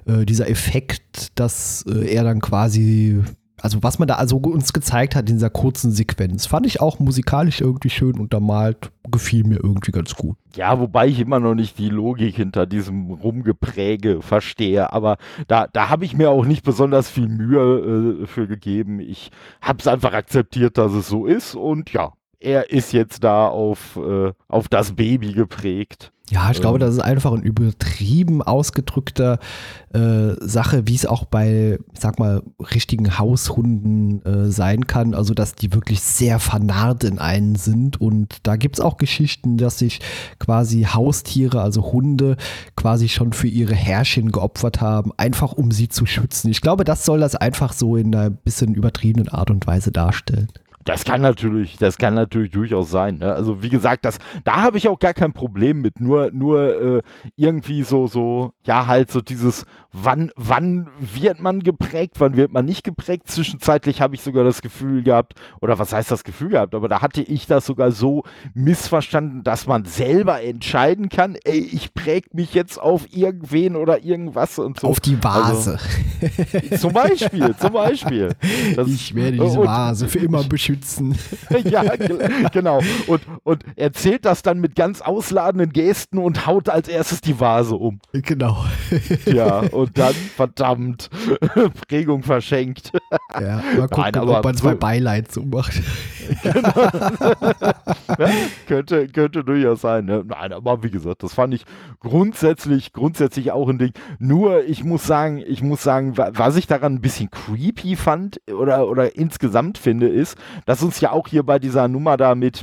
[SPEAKER 2] Effekt, dass er dann quasi, also was man da also uns gezeigt hat in dieser kurzen Sequenz, fand ich auch musikalisch irgendwie schön untermalt, gefiel mir irgendwie ganz gut.
[SPEAKER 3] Ja, wobei ich immer noch nicht die Logik hinter diesem Rumgepräge verstehe, aber da habe ich mir auch nicht besonders viel Mühe für gegeben. Ich habe es einfach akzeptiert, dass es so ist, und ja, er ist jetzt da auf das Baby geprägt.
[SPEAKER 2] Ja, ich glaube, das ist einfach ein übertrieben ausgedrückter Sache, wie es auch bei, ich sag mal, richtigen Haushunden sein kann. Also, dass die wirklich sehr vernarrt in einen sind. Und da gibt es auch Geschichten, dass sich quasi Haustiere, also Hunde, quasi schon für ihre Herrchen geopfert haben, einfach um sie zu schützen. Ich glaube, das soll das einfach so in einer bisschen übertriebenen Art und Weise darstellen.
[SPEAKER 3] Das kann natürlich durchaus sein. Ne? Also wie gesagt, da habe ich auch gar kein Problem mit. Nur irgendwie so, ja halt so dieses, wann wird man geprägt, wann wird man nicht geprägt. Zwischenzeitlich habe ich sogar das Gefühl gehabt, oder was heißt das Gefühl gehabt, aber da hatte ich das sogar so missverstanden, dass man selber entscheiden kann, ey, ich präge mich jetzt auf irgendwen oder irgendwas und so.
[SPEAKER 2] Auf die Vase.
[SPEAKER 3] Also, zum Beispiel.
[SPEAKER 2] Ich werde diese Vase für immer beschützen.
[SPEAKER 3] Ja, genau. Und erzählt das dann mit ganz ausladenden Gesten und haut als erstes die Vase um.
[SPEAKER 2] Genau.
[SPEAKER 3] Ja, und dann, verdammt, Prägung verschenkt.
[SPEAKER 2] Ja, mal gucken, ob man 2 Beileid so macht.
[SPEAKER 3] Genau. Ja, könnte durchaus sein. Ne? Nein, aber wie gesagt, das fand ich grundsätzlich auch ein Ding. Nur, ich muss sagen, was ich daran ein bisschen creepy fand oder insgesamt finde, ist, dass uns ja auch hier bei dieser Nummer da mit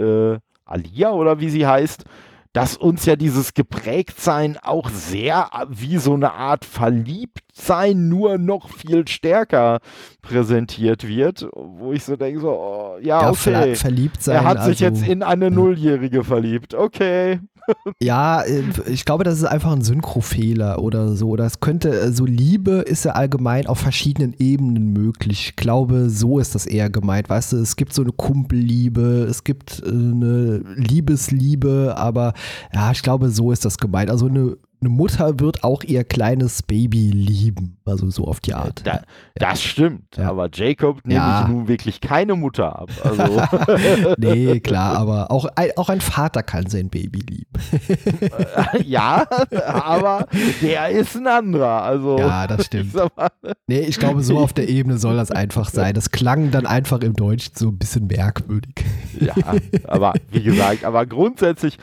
[SPEAKER 3] Alia oder wie sie heißt, dass uns ja dieses Geprägtsein auch sehr wie so eine Art Verliebtsein nur noch viel stärker präsentiert wird, wo ich so denke, so, oh, ja, okay.
[SPEAKER 2] Verliebt sein.
[SPEAKER 3] Er hat sich jetzt in eine Nulljährige verliebt. Okay.
[SPEAKER 2] Ja, ich glaube, das ist einfach ein Synchrofehler oder so. Das könnte, so Liebe ist ja allgemein auf verschiedenen Ebenen möglich. Ich glaube, so ist das eher gemeint. Weißt du, es gibt so eine Kumpelliebe, es gibt eine Liebesliebe, aber ja, ich glaube, so ist das gemeint. Also eine Mutter wird auch ihr kleines Baby lieben, also so auf die Art.
[SPEAKER 3] Das stimmt, ja. Aber Jacob nehme ich nun wirklich keine Mutter ab. Also.
[SPEAKER 2] Nee, klar, aber auch ein Vater kann sein Baby lieben.
[SPEAKER 3] Ja, aber der ist ein anderer. Also,
[SPEAKER 2] ja, das stimmt. Nee, ich glaube, so auf der Ebene soll das einfach sein. Das klang dann einfach im Deutschen so ein bisschen merkwürdig.
[SPEAKER 3] Ja, aber wie gesagt, grundsätzlich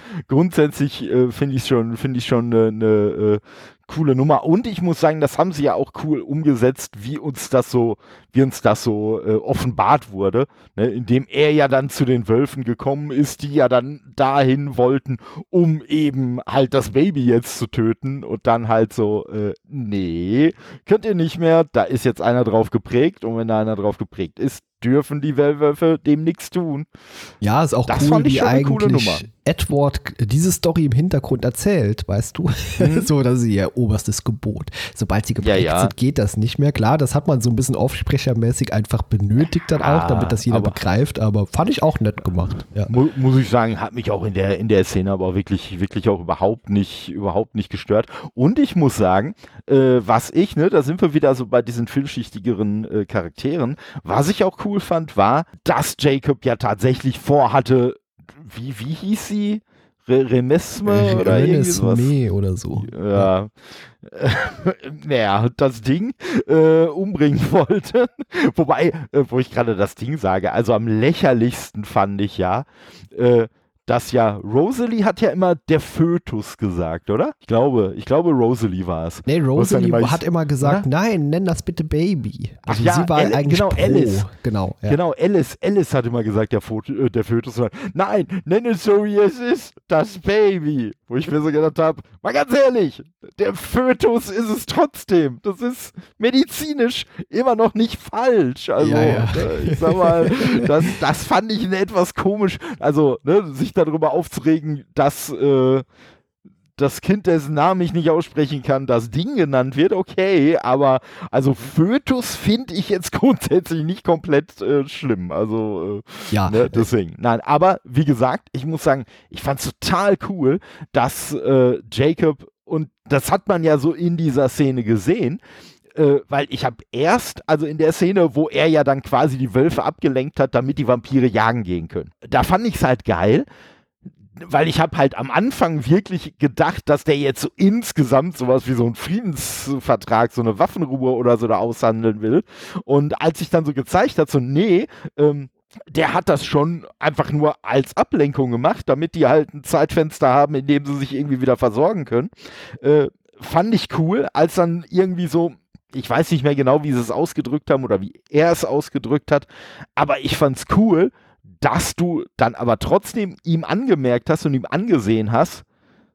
[SPEAKER 3] finde ich schon eine coole Nummer. Und ich muss sagen, das haben sie ja auch cool umgesetzt, wie uns das so offenbart wurde, ne? Indem er ja dann zu den Wölfen gekommen ist, die ja dann dahin wollten, um eben halt das Baby jetzt zu töten und dann halt so, nee, könnt ihr nicht mehr, da ist jetzt einer drauf geprägt und wenn da einer drauf geprägt ist, dürfen die Wölfe dem nichts tun.
[SPEAKER 2] Ja, ist auch das cool, wie eigentlich Edward diese Story im Hintergrund erzählt, weißt du? So, das ist ihr oberstes Gebot. Sobald sie geprägt sind, geht das nicht mehr. Klar, das hat man so ein bisschen aufsprechermäßig einfach benötigt dann auch, damit das jeder begreift, aber fand ich auch nett gemacht. Ja.
[SPEAKER 3] Muss ich sagen, hat mich auch in der Szene aber wirklich auch überhaupt nicht gestört. Und ich muss sagen, da sind wir wieder so bei diesen vielschichtigeren Charakteren, was ich auch cool fand, war, dass Jacob ja tatsächlich vorhatte, wie hieß sie? Remesme oder irgendwas?
[SPEAKER 2] Oder so.
[SPEAKER 3] Ja. Naja, das Ding umbringen wollte. Wobei, wo ich gerade das Ding sage, also am lächerlichsten fand ich ja, dass ja, Rosalie hat ja immer der Fötus gesagt, oder? Ich glaube, Rosalie war es.
[SPEAKER 2] Nee, Rosalie hat immer gesagt, nein, nenn das bitte Baby. Also
[SPEAKER 3] ach ja,
[SPEAKER 2] sie war eigentlich
[SPEAKER 3] genau, Alice.
[SPEAKER 2] Genau, ja.
[SPEAKER 3] Genau, Alice hat immer gesagt, der Fötus. Nein, nenn es so, wie es ist, das Baby. Wo ich mir so gedacht habe, mal ganz ehrlich, der Fötus ist es trotzdem. Das ist medizinisch immer noch nicht falsch. Also, ich sag mal, das fand ich etwas komisch. Also, sich darüber aufzuregen, dass das Kind, dessen Namen ich nicht aussprechen kann, das Ding genannt wird, okay, aber also Fötus finde ich jetzt grundsätzlich nicht komplett schlimm, also deswegen. Nein, aber wie gesagt, ich muss sagen, ich fand es total cool, dass Jacob, und das hat man ja so in dieser Szene gesehen, weil ich habe also in der Szene, wo er ja dann quasi die Wölfe abgelenkt hat, damit die Vampire jagen gehen können. Da fand ich es halt geil, weil ich habe halt am Anfang wirklich gedacht, dass der jetzt so insgesamt sowas wie so ein Friedensvertrag, so eine Waffenruhe oder so da aushandeln will. Und als ich dann so gezeigt hat, so nee, der hat das schon einfach nur als Ablenkung gemacht, damit die halt ein Zeitfenster haben, in dem sie sich irgendwie wieder versorgen können. Fand ich cool, als dann irgendwie so, ich weiß nicht mehr genau, wie sie es ausgedrückt haben oder wie er es ausgedrückt hat, aber ich fand's cool, dass du dann aber trotzdem ihm angemerkt hast und ihm angesehen hast,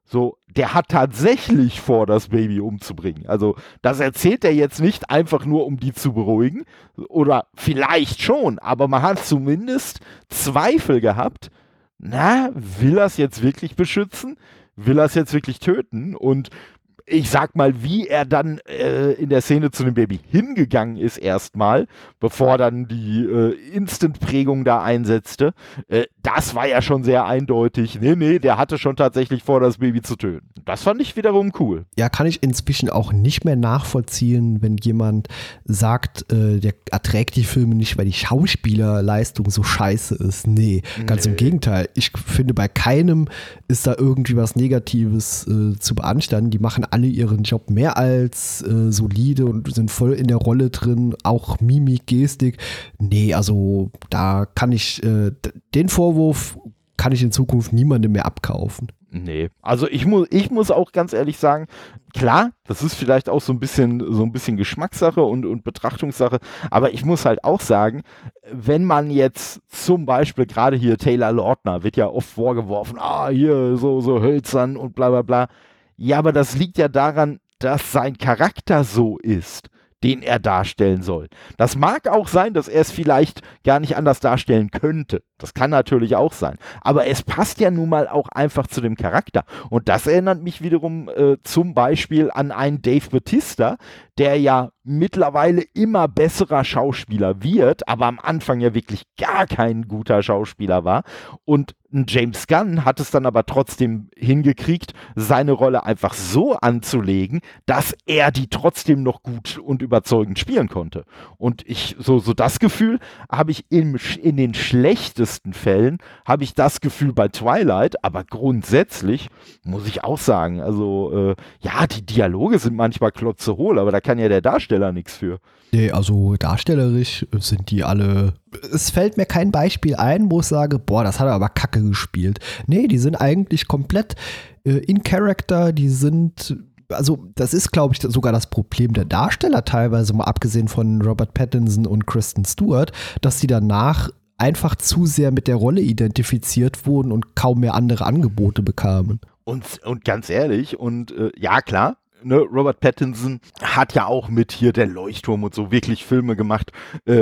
[SPEAKER 3] So, der hat tatsächlich vor, das Baby umzubringen. Also, das erzählt er jetzt nicht einfach nur, um die zu beruhigen. Oder vielleicht schon, aber man hat zumindest Zweifel gehabt. Na, will er es jetzt wirklich beschützen? Will er es jetzt wirklich töten? Und ich sag mal, wie er dann in der Szene zu dem Baby hingegangen ist erstmal, bevor dann die Instant-Prägung da einsetzte, das war ja schon sehr eindeutig. Nee, der hatte schon tatsächlich vor, das Baby zu töten. Das fand ich wiederum cool.
[SPEAKER 2] Ja, kann ich inzwischen auch nicht mehr nachvollziehen, wenn jemand sagt, der erträgt die Filme nicht, weil die Schauspielerleistung so scheiße ist. Nee, ganz im Gegenteil. Ich finde, bei keinem ist da irgendwie was Negatives zu beanstanden. Die machen alle ihren Job mehr als solide und sind voll in der Rolle drin, auch Mimik, Gestik. Nee, also da kann ich, den Vorwurf kann ich in Zukunft niemandem mehr abkaufen.
[SPEAKER 3] Nee, also ich muss auch ganz ehrlich sagen, klar, das ist vielleicht auch so ein bisschen Geschmackssache und Betrachtungssache, aber ich muss halt auch sagen, wenn man jetzt zum Beispiel gerade hier Taylor Lautner wird ja oft vorgeworfen, hier so hölzern und bla bla bla. Ja, aber das liegt ja daran, dass sein Charakter so ist, den er darstellen soll. Das mag auch sein, dass er es vielleicht gar nicht anders darstellen könnte. Das kann natürlich auch sein. Aber es passt ja nun mal auch einfach zu dem Charakter. Und das erinnert mich wiederum zum Beispiel an einen Dave Bautista, der ja mittlerweile immer besserer Schauspieler wird, aber am Anfang ja wirklich gar kein guter Schauspieler war. Und James Gunn hat es dann aber trotzdem hingekriegt, seine Rolle einfach so anzulegen, dass er die trotzdem noch gut und überzeugend spielen konnte. Und so das Gefühl habe ich in den schlechtesten Fällen, habe ich das Gefühl bei Twilight, aber grundsätzlich muss ich auch sagen, also ja, die Dialoge sind manchmal klotzehohl, aber da kann ja der Darsteller nichts für.
[SPEAKER 2] Nee, also darstellerisch sind die alle. Es fällt mir kein Beispiel ein, wo ich sage, boah, das hat er aber kacke gespielt. Nee, die sind eigentlich komplett in Character, die sind. Also, das ist, glaube ich, sogar das Problem der Darsteller teilweise, mal abgesehen von Robert Pattinson und Kristen Stewart, dass sie danach einfach zu sehr mit der Rolle identifiziert wurden und kaum mehr andere Angebote bekamen.
[SPEAKER 3] Und ganz ehrlich, ja, klar. Ne, Robert Pattinson hat ja auch mit hier der Leuchtturm und so wirklich Filme gemacht,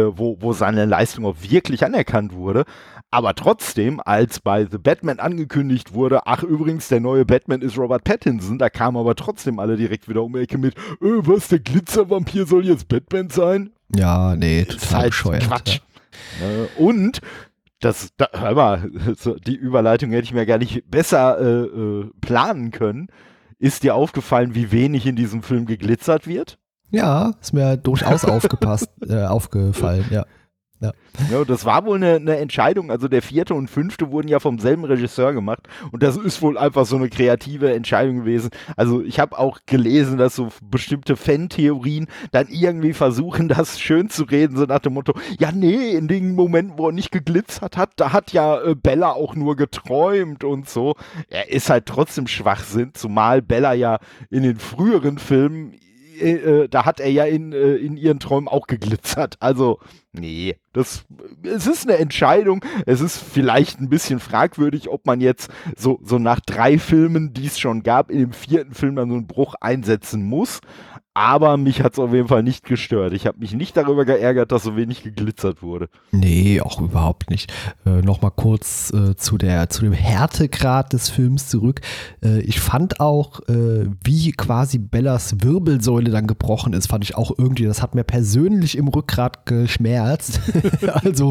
[SPEAKER 3] wo seine Leistung auch wirklich anerkannt wurde. Aber trotzdem, als bei The Batman angekündigt wurde, ach übrigens, der neue Batman ist Robert Pattinson, da kamen aber trotzdem alle direkt wieder um die Ecke mit, was, der Glitzervampir soll jetzt Batman sein?
[SPEAKER 2] Ja, nee, total
[SPEAKER 3] halt
[SPEAKER 2] bescheuert.
[SPEAKER 3] Quatsch. Ja. Und hör mal, die Überleitung hätte ich mir gar nicht besser planen können. Ist dir aufgefallen, wie wenig in diesem Film geglitzert wird?
[SPEAKER 2] Ja, ist mir durchaus aufgefallen, ja. Ja.
[SPEAKER 3] Ja, das war wohl eine Entscheidung, also der 4. und 5. wurden ja vom selben Regisseur gemacht und das ist wohl einfach so eine kreative Entscheidung gewesen. Also ich habe auch gelesen, dass so bestimmte Fan-Theorien dann irgendwie versuchen, das schön zu reden, so nach dem Motto, ja nee, in den Momenten, wo er nicht geglitzert hat, da hat ja Bella auch nur geträumt und so. Er ist halt trotzdem Schwachsinn, zumal Bella ja in den früheren Filmen da hat er ja in ihren Träumen auch geglitzert. Also, nee, es ist eine Entscheidung. Es ist vielleicht ein bisschen fragwürdig, ob man jetzt so nach 3 Filmen, die es schon gab, in dem 4. Film dann so einen Bruch einsetzen muss. Aber mich hat es auf jeden Fall nicht gestört. Ich habe mich nicht darüber geärgert, dass so wenig geglitzert wurde.
[SPEAKER 2] Nee, auch überhaupt nicht. Nochmal kurz zu dem Härtegrad des Films zurück. Ich fand auch, wie quasi Bellas Wirbelsäule dann gebrochen ist, fand ich auch irgendwie, das hat mir persönlich im Rückgrat geschmerzt. Also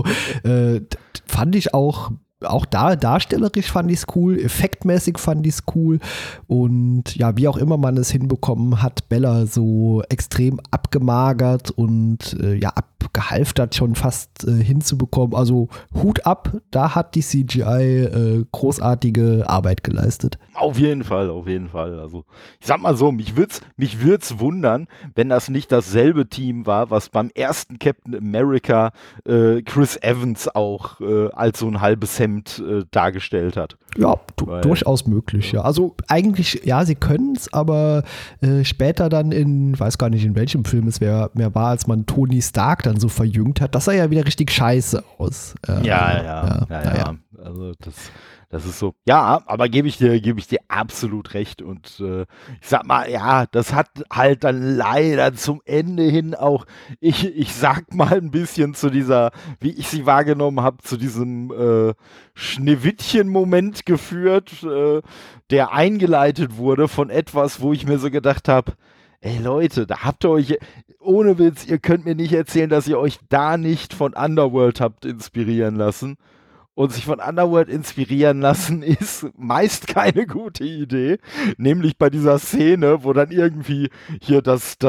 [SPEAKER 2] fand ich auch darstellerisch fand ich es cool, effektmäßig fand ich es cool und ja, wie auch immer man es hinbekommen hat, Bella so extrem abgemagert und ja, abgehalftert schon fast hinzubekommen. Also Hut ab, da hat die CGI großartige Arbeit geleistet.
[SPEAKER 3] Auf jeden Fall, auf jeden Fall. Also ich sag mal so, mich würd's wundern, wenn das nicht dasselbe Team war, was beim ersten Captain America Chris Evans auch als so ein halbes Hemd dargestellt hat.
[SPEAKER 2] Ja, durchaus möglich, ja. Also eigentlich, ja, sie können es, aber später dann weiß gar nicht, in welchem Film es mehr war, als man Tony Stark dann so verjüngt hat, das sah ja wieder richtig scheiße aus.
[SPEAKER 3] Ja. Also Das ist so, ja, aber gebe ich dir absolut recht. Und ich sag mal, ja, das hat halt dann leider zum Ende hin auch, ich sag mal ein bisschen zu dieser, wie ich sie wahrgenommen habe, zu diesem Schneewittchen-Moment geführt, der eingeleitet wurde von etwas, wo ich mir so gedacht habe, ey Leute, da habt ihr euch, ohne Witz, ihr könnt mir nicht erzählen, dass ihr euch da nicht von Underworld habt inspirieren lassen. Und sich von Underworld inspirieren lassen ist meist keine gute Idee. Nämlich bei dieser Szene, wo dann irgendwie hier das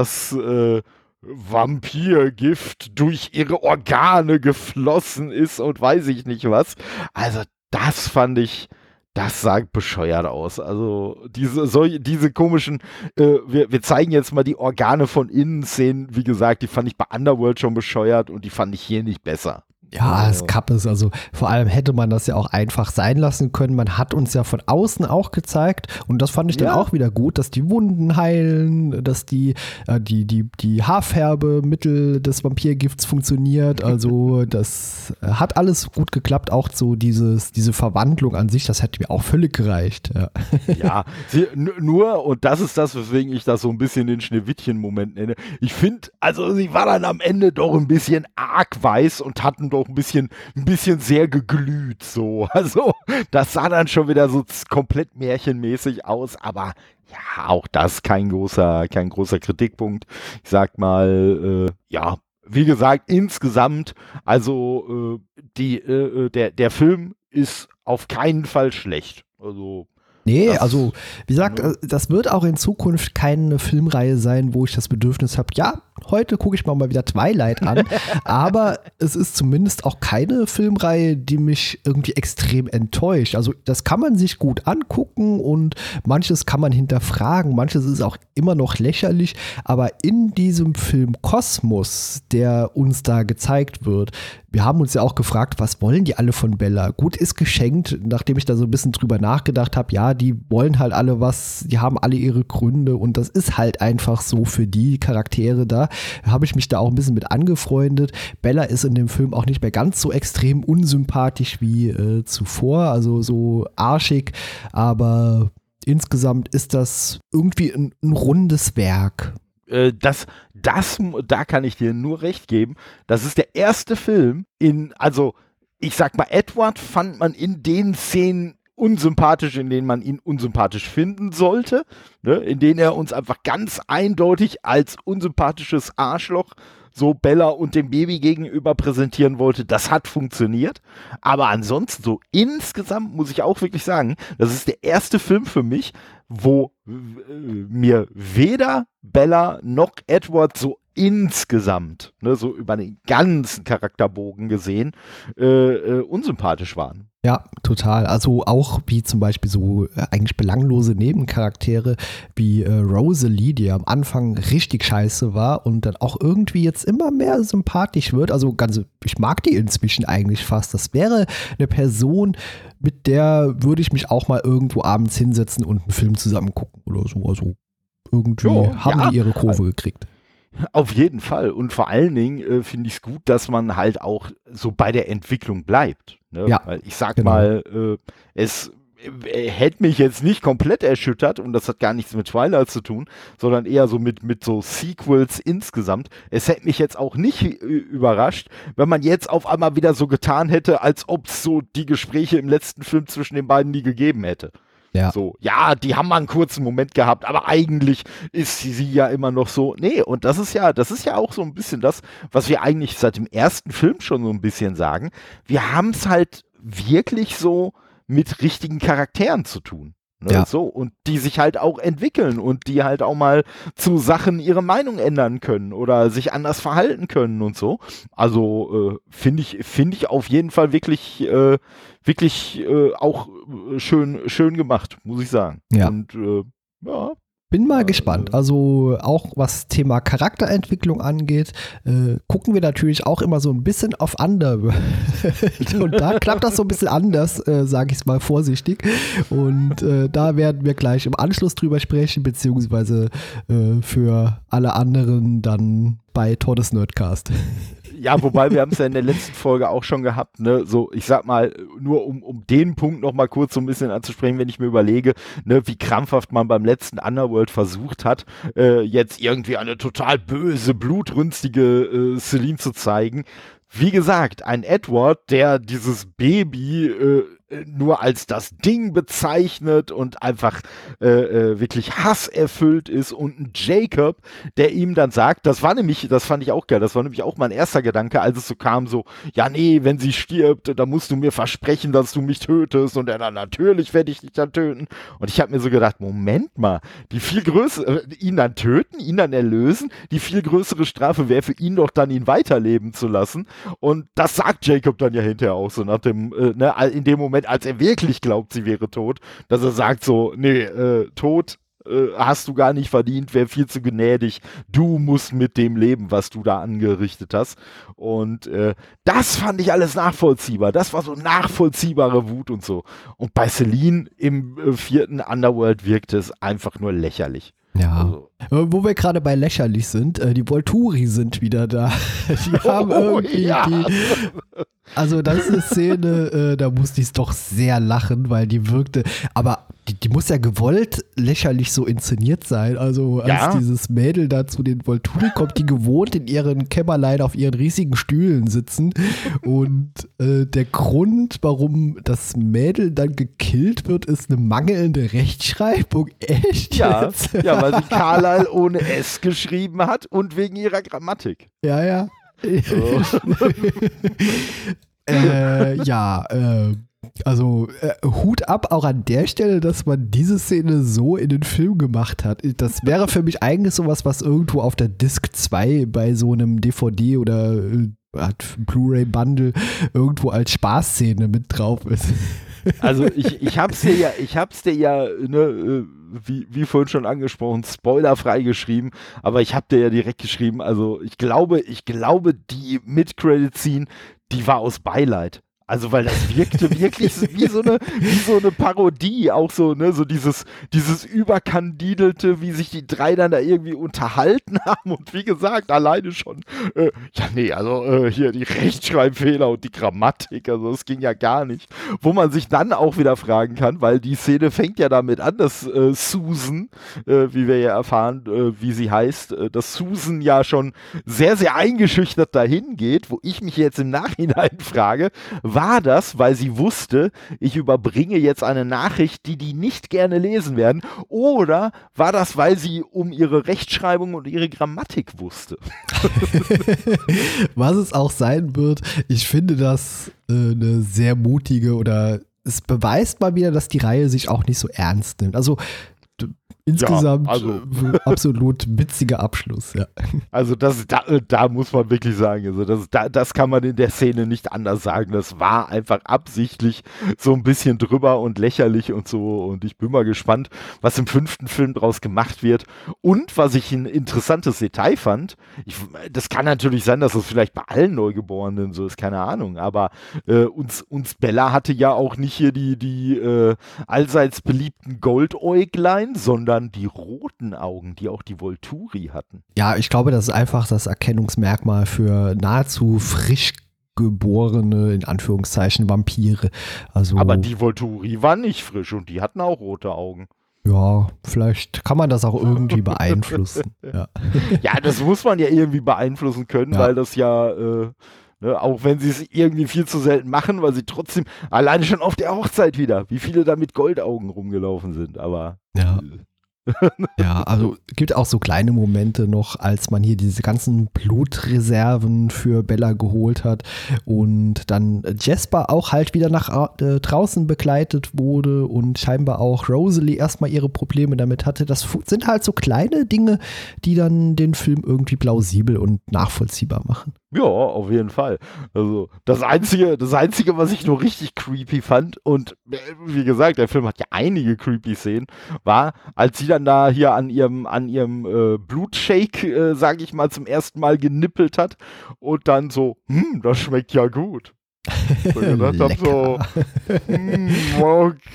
[SPEAKER 3] Vampirgift durch ihre Organe geflossen ist und weiß ich nicht was. Also das fand ich, das sah bescheuert aus. Also diese komischen, wir zeigen jetzt mal die Organe von innen Szenen, wie gesagt, die fand ich bei Underworld schon bescheuert und die fand ich hier nicht besser.
[SPEAKER 2] Ja, es Kappes, also vor allem hätte man das ja auch einfach sein lassen können. Man hat uns ja von außen auch gezeigt und das fand ich dann auch wieder gut, dass die Wunden heilen, dass die Haarfärbemittel des Vampirgifts funktioniert. Also das hat alles gut geklappt, auch so diese Verwandlung an sich, das hätte mir auch völlig gereicht.
[SPEAKER 3] Ja, nur, und das ist das, weswegen ich das so ein bisschen den Schneewittchen-Moment nenne. Ich finde, also sie war dann am Ende doch ein bisschen arg weiß und hatten doch ein bisschen sehr geglüht so. Also das sah dann schon wieder so komplett märchenmäßig aus, aber ja, auch das kein großer Kritikpunkt. Ich sag mal, ja, wie gesagt, insgesamt, also der Film ist auf keinen Fall schlecht. Also
[SPEAKER 2] nee, also wie gesagt, das wird auch in Zukunft keine Filmreihe sein, wo ich das Bedürfnis habe, ja, heute gucke ich mal wieder Twilight an, aber es ist zumindest auch keine Filmreihe, die mich irgendwie extrem enttäuscht. Also das kann man sich gut angucken und manches kann man hinterfragen, manches ist auch immer noch lächerlich, aber in diesem Filmkosmos, der uns da gezeigt wird, wir haben uns ja auch gefragt, was wollen die alle von Bella? Gut, ist geschenkt, nachdem ich da so ein bisschen drüber nachgedacht habe, ja, die wollen halt alle was, die haben alle ihre Gründe und das ist halt einfach so für die Charaktere da. Habe ich mich da auch ein bisschen mit angefreundet. Bella ist in dem Film auch nicht mehr ganz so extrem unsympathisch wie zuvor, also so arschig, aber insgesamt ist das irgendwie ein rundes Werk.
[SPEAKER 3] Da kann ich dir nur recht geben. Das ist der erste Film also ich sag mal, Edward fand man in den Szenen unsympathisch, in denen man ihn unsympathisch finden sollte, ne? In denen er uns einfach ganz eindeutig als unsympathisches Arschloch so Bella und dem Baby gegenüber präsentieren wollte. Das hat funktioniert, aber ansonsten so insgesamt muss ich auch wirklich sagen, das ist der erste Film für mich, wo mir weder Bella noch Edward so insgesamt, ne, so über den ganzen Charakterbogen gesehen, unsympathisch waren.
[SPEAKER 2] Ja, total. Also auch wie zum Beispiel so eigentlich belanglose Nebencharaktere wie Rosalie, die am Anfang richtig scheiße war und dann auch irgendwie jetzt immer mehr sympathisch wird. Also ich mag die inzwischen eigentlich fast. Das wäre eine Person, mit der würde ich mich auch mal irgendwo abends hinsetzen und einen Film zusammen gucken oder so. Also irgendwie haben die ihre Kurve gekriegt.
[SPEAKER 3] Auf jeden Fall. Und vor allen Dingen finde ich es gut, dass man halt auch so bei der Entwicklung bleibt. Ne? Ja, weil ich sag mal, es hätte mich jetzt nicht komplett erschüttert und das hat gar nichts mit Twilight zu tun, sondern eher so mit so Sequels insgesamt. Es hätte mich jetzt auch nicht überrascht, wenn man jetzt auf einmal wieder so getan hätte, als ob es so die Gespräche im letzten Film zwischen den beiden nie gegeben hätte. Ja. So, ja, die haben mal einen kurzen Moment gehabt, aber eigentlich ist sie ja immer noch so. Nee, und das ist ja auch so ein bisschen das, was wir eigentlich seit dem ersten Film schon so ein bisschen sagen. Wir haben es halt wirklich so mit richtigen Charakteren zu tun. Ne? Ja. So, und die sich halt auch entwickeln und die halt auch mal zu Sachen ihre Meinung ändern können oder sich anders verhalten können und so. Also finde ich auf jeden Fall wirklich auch schön gemacht, muss ich sagen.
[SPEAKER 2] Ja.
[SPEAKER 3] Und ja.
[SPEAKER 2] Bin mal gespannt. Also auch was Thema Charakterentwicklung angeht, gucken wir natürlich auch immer so ein bisschen auf Underworld. Und da klappt das so ein bisschen anders, sage ich es mal vorsichtig. Und da werden wir gleich im Anschluss drüber sprechen, beziehungsweise für alle anderen dann bei Todes Nerdcast.
[SPEAKER 3] Ja, wobei wir haben es ja in der letzten Folge auch schon gehabt, ne, so, ich sag mal, nur um den Punkt noch mal kurz so ein bisschen anzusprechen, wenn ich mir überlege, ne, wie krampfhaft man beim letzten Underworld versucht hat, jetzt irgendwie eine total böse, blutrünstige Celine zu zeigen. Wie gesagt, ein Edward, der dieses Baby nur als das Ding bezeichnet und einfach wirklich hasserfüllt ist, und ein Jacob, der ihm dann sagt, das fand ich auch geil, das war nämlich auch mein erster Gedanke, als es so kam, so, ja nee, wenn sie stirbt, dann musst du mir versprechen, dass du mich tötest, und er dann, natürlich werde ich dich dann töten, und ich habe mir so gedacht, Moment mal, die viel größere, ihn dann töten, ihn dann erlösen, die viel größere Strafe wäre für ihn doch dann, ihn weiterleben zu lassen, und das sagt Jacob dann ja hinterher auch so, nach dem, in dem Moment, als er wirklich glaubt, sie wäre tot, dass er sagt so, nee, tot hast du gar nicht verdient, wäre viel zu gnädig, du musst mit dem leben, was du da angerichtet hast. Und das fand ich alles nachvollziehbar, das war so nachvollziehbare Wut und so. Und bei Celine im 4. Underworld wirkte es einfach nur lächerlich.
[SPEAKER 2] Ja, also. Wo wir gerade bei lächerlich sind, die Volturi sind wieder da. Die haben irgendwie also das ist eine Szene, da musste ich doch sehr lachen, weil die wirkte, aber die muss ja gewollt lächerlich so inszeniert sein. Also als dieses Mädel da zu den Volturi kommt, die gewohnt in ihren Kämmerlein auf ihren riesigen Stühlen sitzen, und der Grund, warum das Mädel dann gekillt wird, ist eine mangelnde Rechtschreibung. Echt?
[SPEAKER 3] Ja, ja, weil sie Carlyle ohne S geschrieben hat und wegen ihrer Grammatik.
[SPEAKER 2] Ja. Also Hut ab auch an der Stelle, dass man diese Szene so in den Film gemacht hat. Das wäre für mich eigentlich sowas, was irgendwo auf der Disc 2 bei so einem DVD oder Blu-ray-Bundle irgendwo als Spaßszene mit drauf ist.
[SPEAKER 3] Also ich hab's dir ja, ne, wie vorhin schon angesprochen, spoilerfrei geschrieben, aber ich hab dir ja direkt geschrieben, also ich glaube, die Mid-Credit-Scene, die war aus Beileid. Also, weil das wirkte wirklich wie so eine Parodie, auch so, ne, so dieses Überkandidelte, wie sich die drei dann da irgendwie unterhalten haben, und wie gesagt, alleine schon, hier die Rechtschreibfehler und die Grammatik, also das ging ja gar nicht. Wo man sich dann auch wieder fragen kann, weil die Szene fängt ja damit an, dass Susan, wie wir ja erfahren, wie sie heißt, dass Susan ja schon sehr, sehr eingeschüchtert dahin geht, wo ich mich jetzt im Nachhinein frage, war das, weil sie wusste, ich überbringe jetzt eine Nachricht, die nicht gerne lesen werden, oder war das, weil sie um ihre Rechtschreibung und ihre Grammatik wusste?
[SPEAKER 2] Was es auch sein wird, ich finde das eine sehr mutige, oder es beweist mal wieder, dass die Reihe sich auch nicht so ernst nimmt. Also insgesamt absolut witziger Abschluss, ja.
[SPEAKER 3] Also da muss man wirklich sagen, also das kann man in der Szene nicht anders sagen. Das war einfach absichtlich so ein bisschen drüber und lächerlich und so, und ich bin mal gespannt, was im 5. Film draus gemacht wird. Und was ich ein interessantes Detail fand, das kann natürlich sein, dass das vielleicht bei allen Neugeborenen so ist, keine Ahnung, aber uns Bella hatte ja auch nicht hier die allseits beliebten Goldäuglein, sondern die roten Augen, die auch die Volturi hatten.
[SPEAKER 2] Ja, ich glaube, das ist einfach das Erkennungsmerkmal für nahezu frisch geborene, in Anführungszeichen, Vampire. Also,
[SPEAKER 3] aber die Volturi waren nicht frisch und die hatten auch rote Augen.
[SPEAKER 2] Ja, vielleicht kann man das auch irgendwie beeinflussen. Ja.
[SPEAKER 3] Ja, das muss man ja irgendwie beeinflussen können, weil das ja auch wenn sie es irgendwie viel zu selten machen, weil sie trotzdem, alleine schon auf der Hochzeit wieder, wie viele da mit Goldaugen rumgelaufen sind, aber
[SPEAKER 2] ja. Ja, also gibt auch so kleine Momente noch, als man hier diese ganzen Blutreserven für Bella geholt hat und dann Jasper auch halt wieder nach draußen begleitet wurde und scheinbar auch Rosalie erstmal ihre Probleme damit hatte. Das sind halt so kleine Dinge, die dann den Film irgendwie plausibel und nachvollziehbar machen.
[SPEAKER 3] Ja, auf jeden Fall. Also das Einzige, was ich nur richtig creepy fand, und wie gesagt, der Film hat ja einige creepy Szenen, war, als sie dann da hier an ihrem Blutshake, sage ich mal, zum ersten Mal genippelt hat und dann so, das schmeckt ja gut. So gedacht hab, so,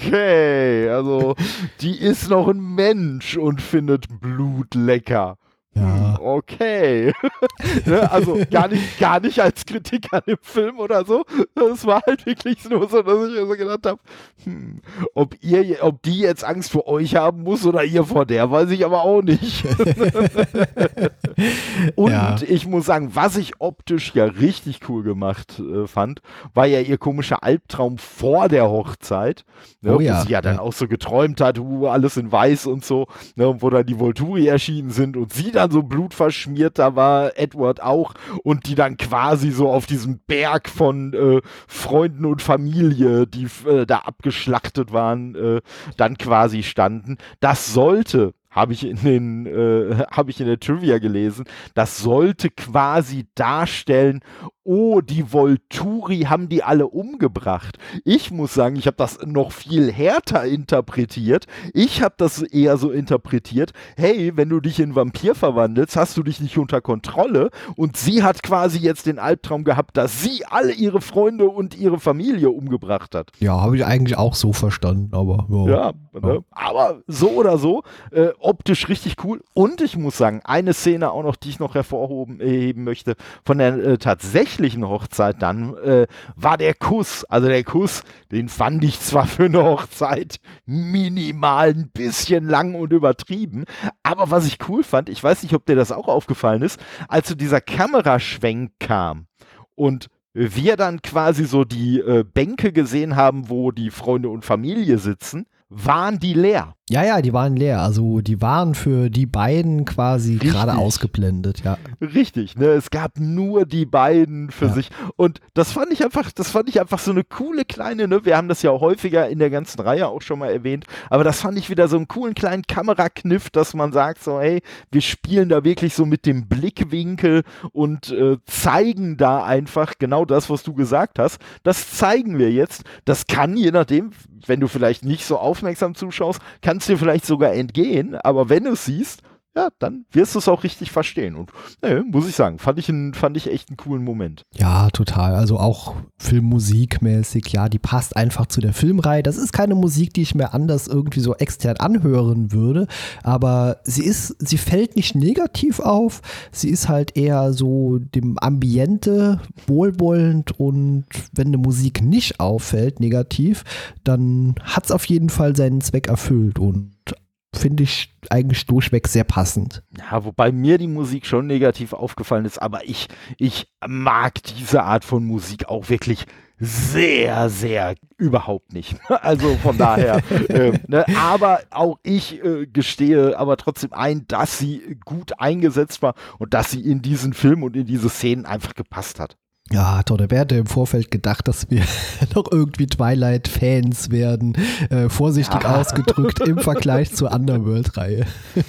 [SPEAKER 3] okay, also die ist noch ein Mensch und findet Blut lecker.
[SPEAKER 2] Ja.
[SPEAKER 3] Okay. Ne, also gar nicht als Kritik an dem Film oder so. Es war halt wirklich nur so, dass ich mir so gedacht habe, ob die jetzt Angst vor euch haben muss oder ihr vor der, weiß ich aber auch nicht. Und ich muss sagen, was ich optisch ja richtig cool gemacht fand, war ja ihr komischer Albtraum vor der Hochzeit, ne, wo sie ja dann auch so geträumt hat, alles in weiß und so, ne, wo dann die Volturi erschienen sind und sie dann so blutverschmiert, da war Edward auch, und die dann quasi so auf diesem Berg von Freunden und Familie, die da abgeschlachtet waren, dann quasi standen. Das sollte, habe ich in der Trivia gelesen, das sollte quasi darstellen, oh, die Volturi haben die alle umgebracht. Ich muss sagen, ich habe das noch viel härter interpretiert. Ich habe das eher so interpretiert, hey, wenn du dich in Vampir verwandelst, hast du dich nicht unter Kontrolle, und sie hat quasi jetzt den Albtraum gehabt, dass sie alle ihre Freunde und ihre Familie umgebracht hat.
[SPEAKER 2] Ja, habe ich eigentlich auch so verstanden, aber
[SPEAKER 3] ja. Ne? Aber so oder so, optisch richtig cool. Und ich muss sagen, eine Szene auch noch, die ich noch hervorheben möchte, von der tatsächlichen Hochzeit dann, war der Kuss. Also der Kuss, den fand ich zwar für eine Hochzeit minimal ein bisschen lang und übertrieben, aber was ich cool fand, ich weiß nicht, ob dir das auch aufgefallen ist, als so dieser Kameraschwenk kam und wir dann quasi so die Bänke gesehen haben, wo die Freunde und Familie sitzen, waren die leer.
[SPEAKER 2] Ja, die waren leer. Also die waren für die beiden quasi gerade ausgeblendet, ja.
[SPEAKER 3] Richtig, ne? Es gab nur die beiden für sich. Und das fand ich einfach so eine coole kleine, ne? Wir haben das ja auch häufiger in der ganzen Reihe auch schon mal erwähnt, aber das fand ich wieder so einen coolen kleinen Kamerakniff, dass man sagt so, hey, wir spielen da wirklich so mit dem Blickwinkel und zeigen da einfach genau das, was du gesagt hast. Das zeigen wir jetzt. Das kann, je nachdem, wenn du vielleicht nicht so aufmerksam zuschaust, kann es dir vielleicht sogar entgehen, aber wenn du es siehst, ja, dann wirst du es auch richtig verstehen. Und muss ich sagen, fand ich echt einen coolen Moment.
[SPEAKER 2] Ja, total. Also auch filmmusikmäßig, ja, die passt einfach zu der Filmreihe. Das ist keine Musik, die ich mir anders irgendwie so extern anhören würde, aber sie fällt nicht negativ auf. Sie ist halt eher so dem Ambiente wohlwollend, und wenn eine Musik nicht auffällt, negativ, dann hat es auf jeden Fall seinen Zweck erfüllt, und finde ich eigentlich durchweg sehr passend.
[SPEAKER 3] Ja, wobei mir die Musik schon negativ aufgefallen ist, aber ich mag diese Art von Musik auch wirklich sehr, sehr überhaupt nicht. Also von daher, ne, aber auch ich gestehe aber trotzdem ein, dass sie gut eingesetzt war und dass sie in diesen Film und in diese Szenen einfach gepasst hat.
[SPEAKER 2] Ja, toll, wer hätte im Vorfeld gedacht, dass wir noch irgendwie Twilight-Fans werden, vorsichtig ausgedrückt im Vergleich zur Underworld-Reihe.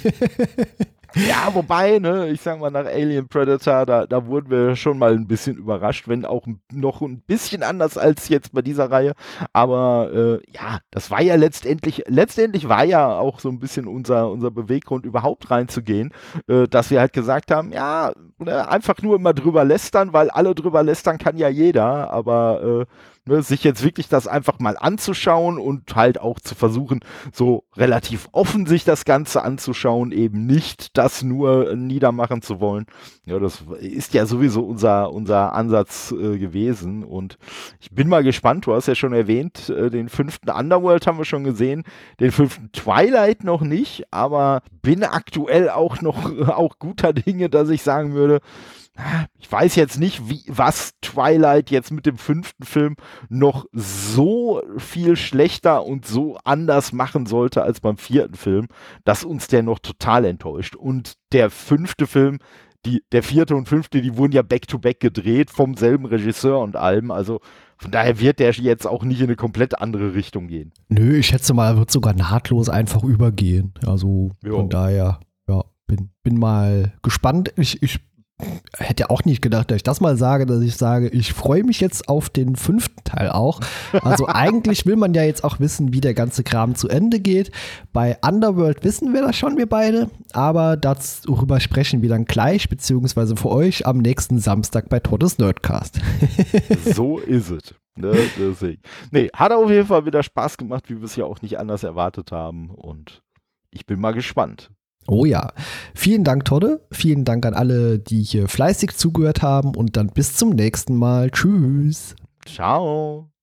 [SPEAKER 3] Ja, wobei, ne, ich sag mal, nach Alien Predator, da wurden wir schon mal ein bisschen überrascht, wenn auch noch ein bisschen anders als jetzt bei dieser Reihe. Aber ja, das war ja letztendlich war ja auch so ein bisschen unser Beweggrund, überhaupt reinzugehen, dass wir halt gesagt haben, ja, ne, einfach nur immer drüber lästern, weil alle drüber lästern kann ja jeder, aber ne, sich jetzt wirklich das einfach mal anzuschauen und halt auch zu versuchen, so relativ offen sich das Ganze anzuschauen, eben nicht das nur niedermachen zu wollen. Ja, das ist ja sowieso unser Ansatz gewesen, und ich bin mal gespannt, du hast ja schon erwähnt, den 5. Underworld haben wir schon gesehen, den 5. Twilight noch nicht, aber bin aktuell auch guter Dinge, dass ich sagen würde, ich weiß jetzt nicht, was Twilight jetzt mit dem 5. Film noch so viel schlechter und so anders machen sollte als beim 4. Film, dass uns der noch total enttäuscht. Und der 5. Film, der 4. und 5., die wurden ja back-to-back gedreht vom selben Regisseur und allem. Also von daher wird der jetzt auch nicht in eine komplett andere Richtung gehen.
[SPEAKER 2] Nö, ich schätze mal, er wird sogar nahtlos einfach übergehen. Also von daher, ja, bin mal gespannt. Ich hätte ja auch nicht gedacht, dass ich das mal sage, dass ich sage, ich freue mich jetzt auf den 5. Teil auch. Also eigentlich will man ja jetzt auch wissen, wie der ganze Kram zu Ende geht. Bei Underworld wissen wir das schon, wir beide, aber darüber sprechen wir dann gleich, beziehungsweise für euch am nächsten Samstag bei Todes Nerdcast.
[SPEAKER 3] So ist es. Ne, deswegen. Nee, hat auf jeden Fall wieder Spaß gemacht, wie wir es ja auch nicht anders erwartet haben, und ich bin mal gespannt.
[SPEAKER 2] Oh ja. Vielen Dank, Todde. Vielen Dank an alle, die hier fleißig zugehört haben und dann bis zum nächsten Mal. Tschüss.
[SPEAKER 3] Ciao.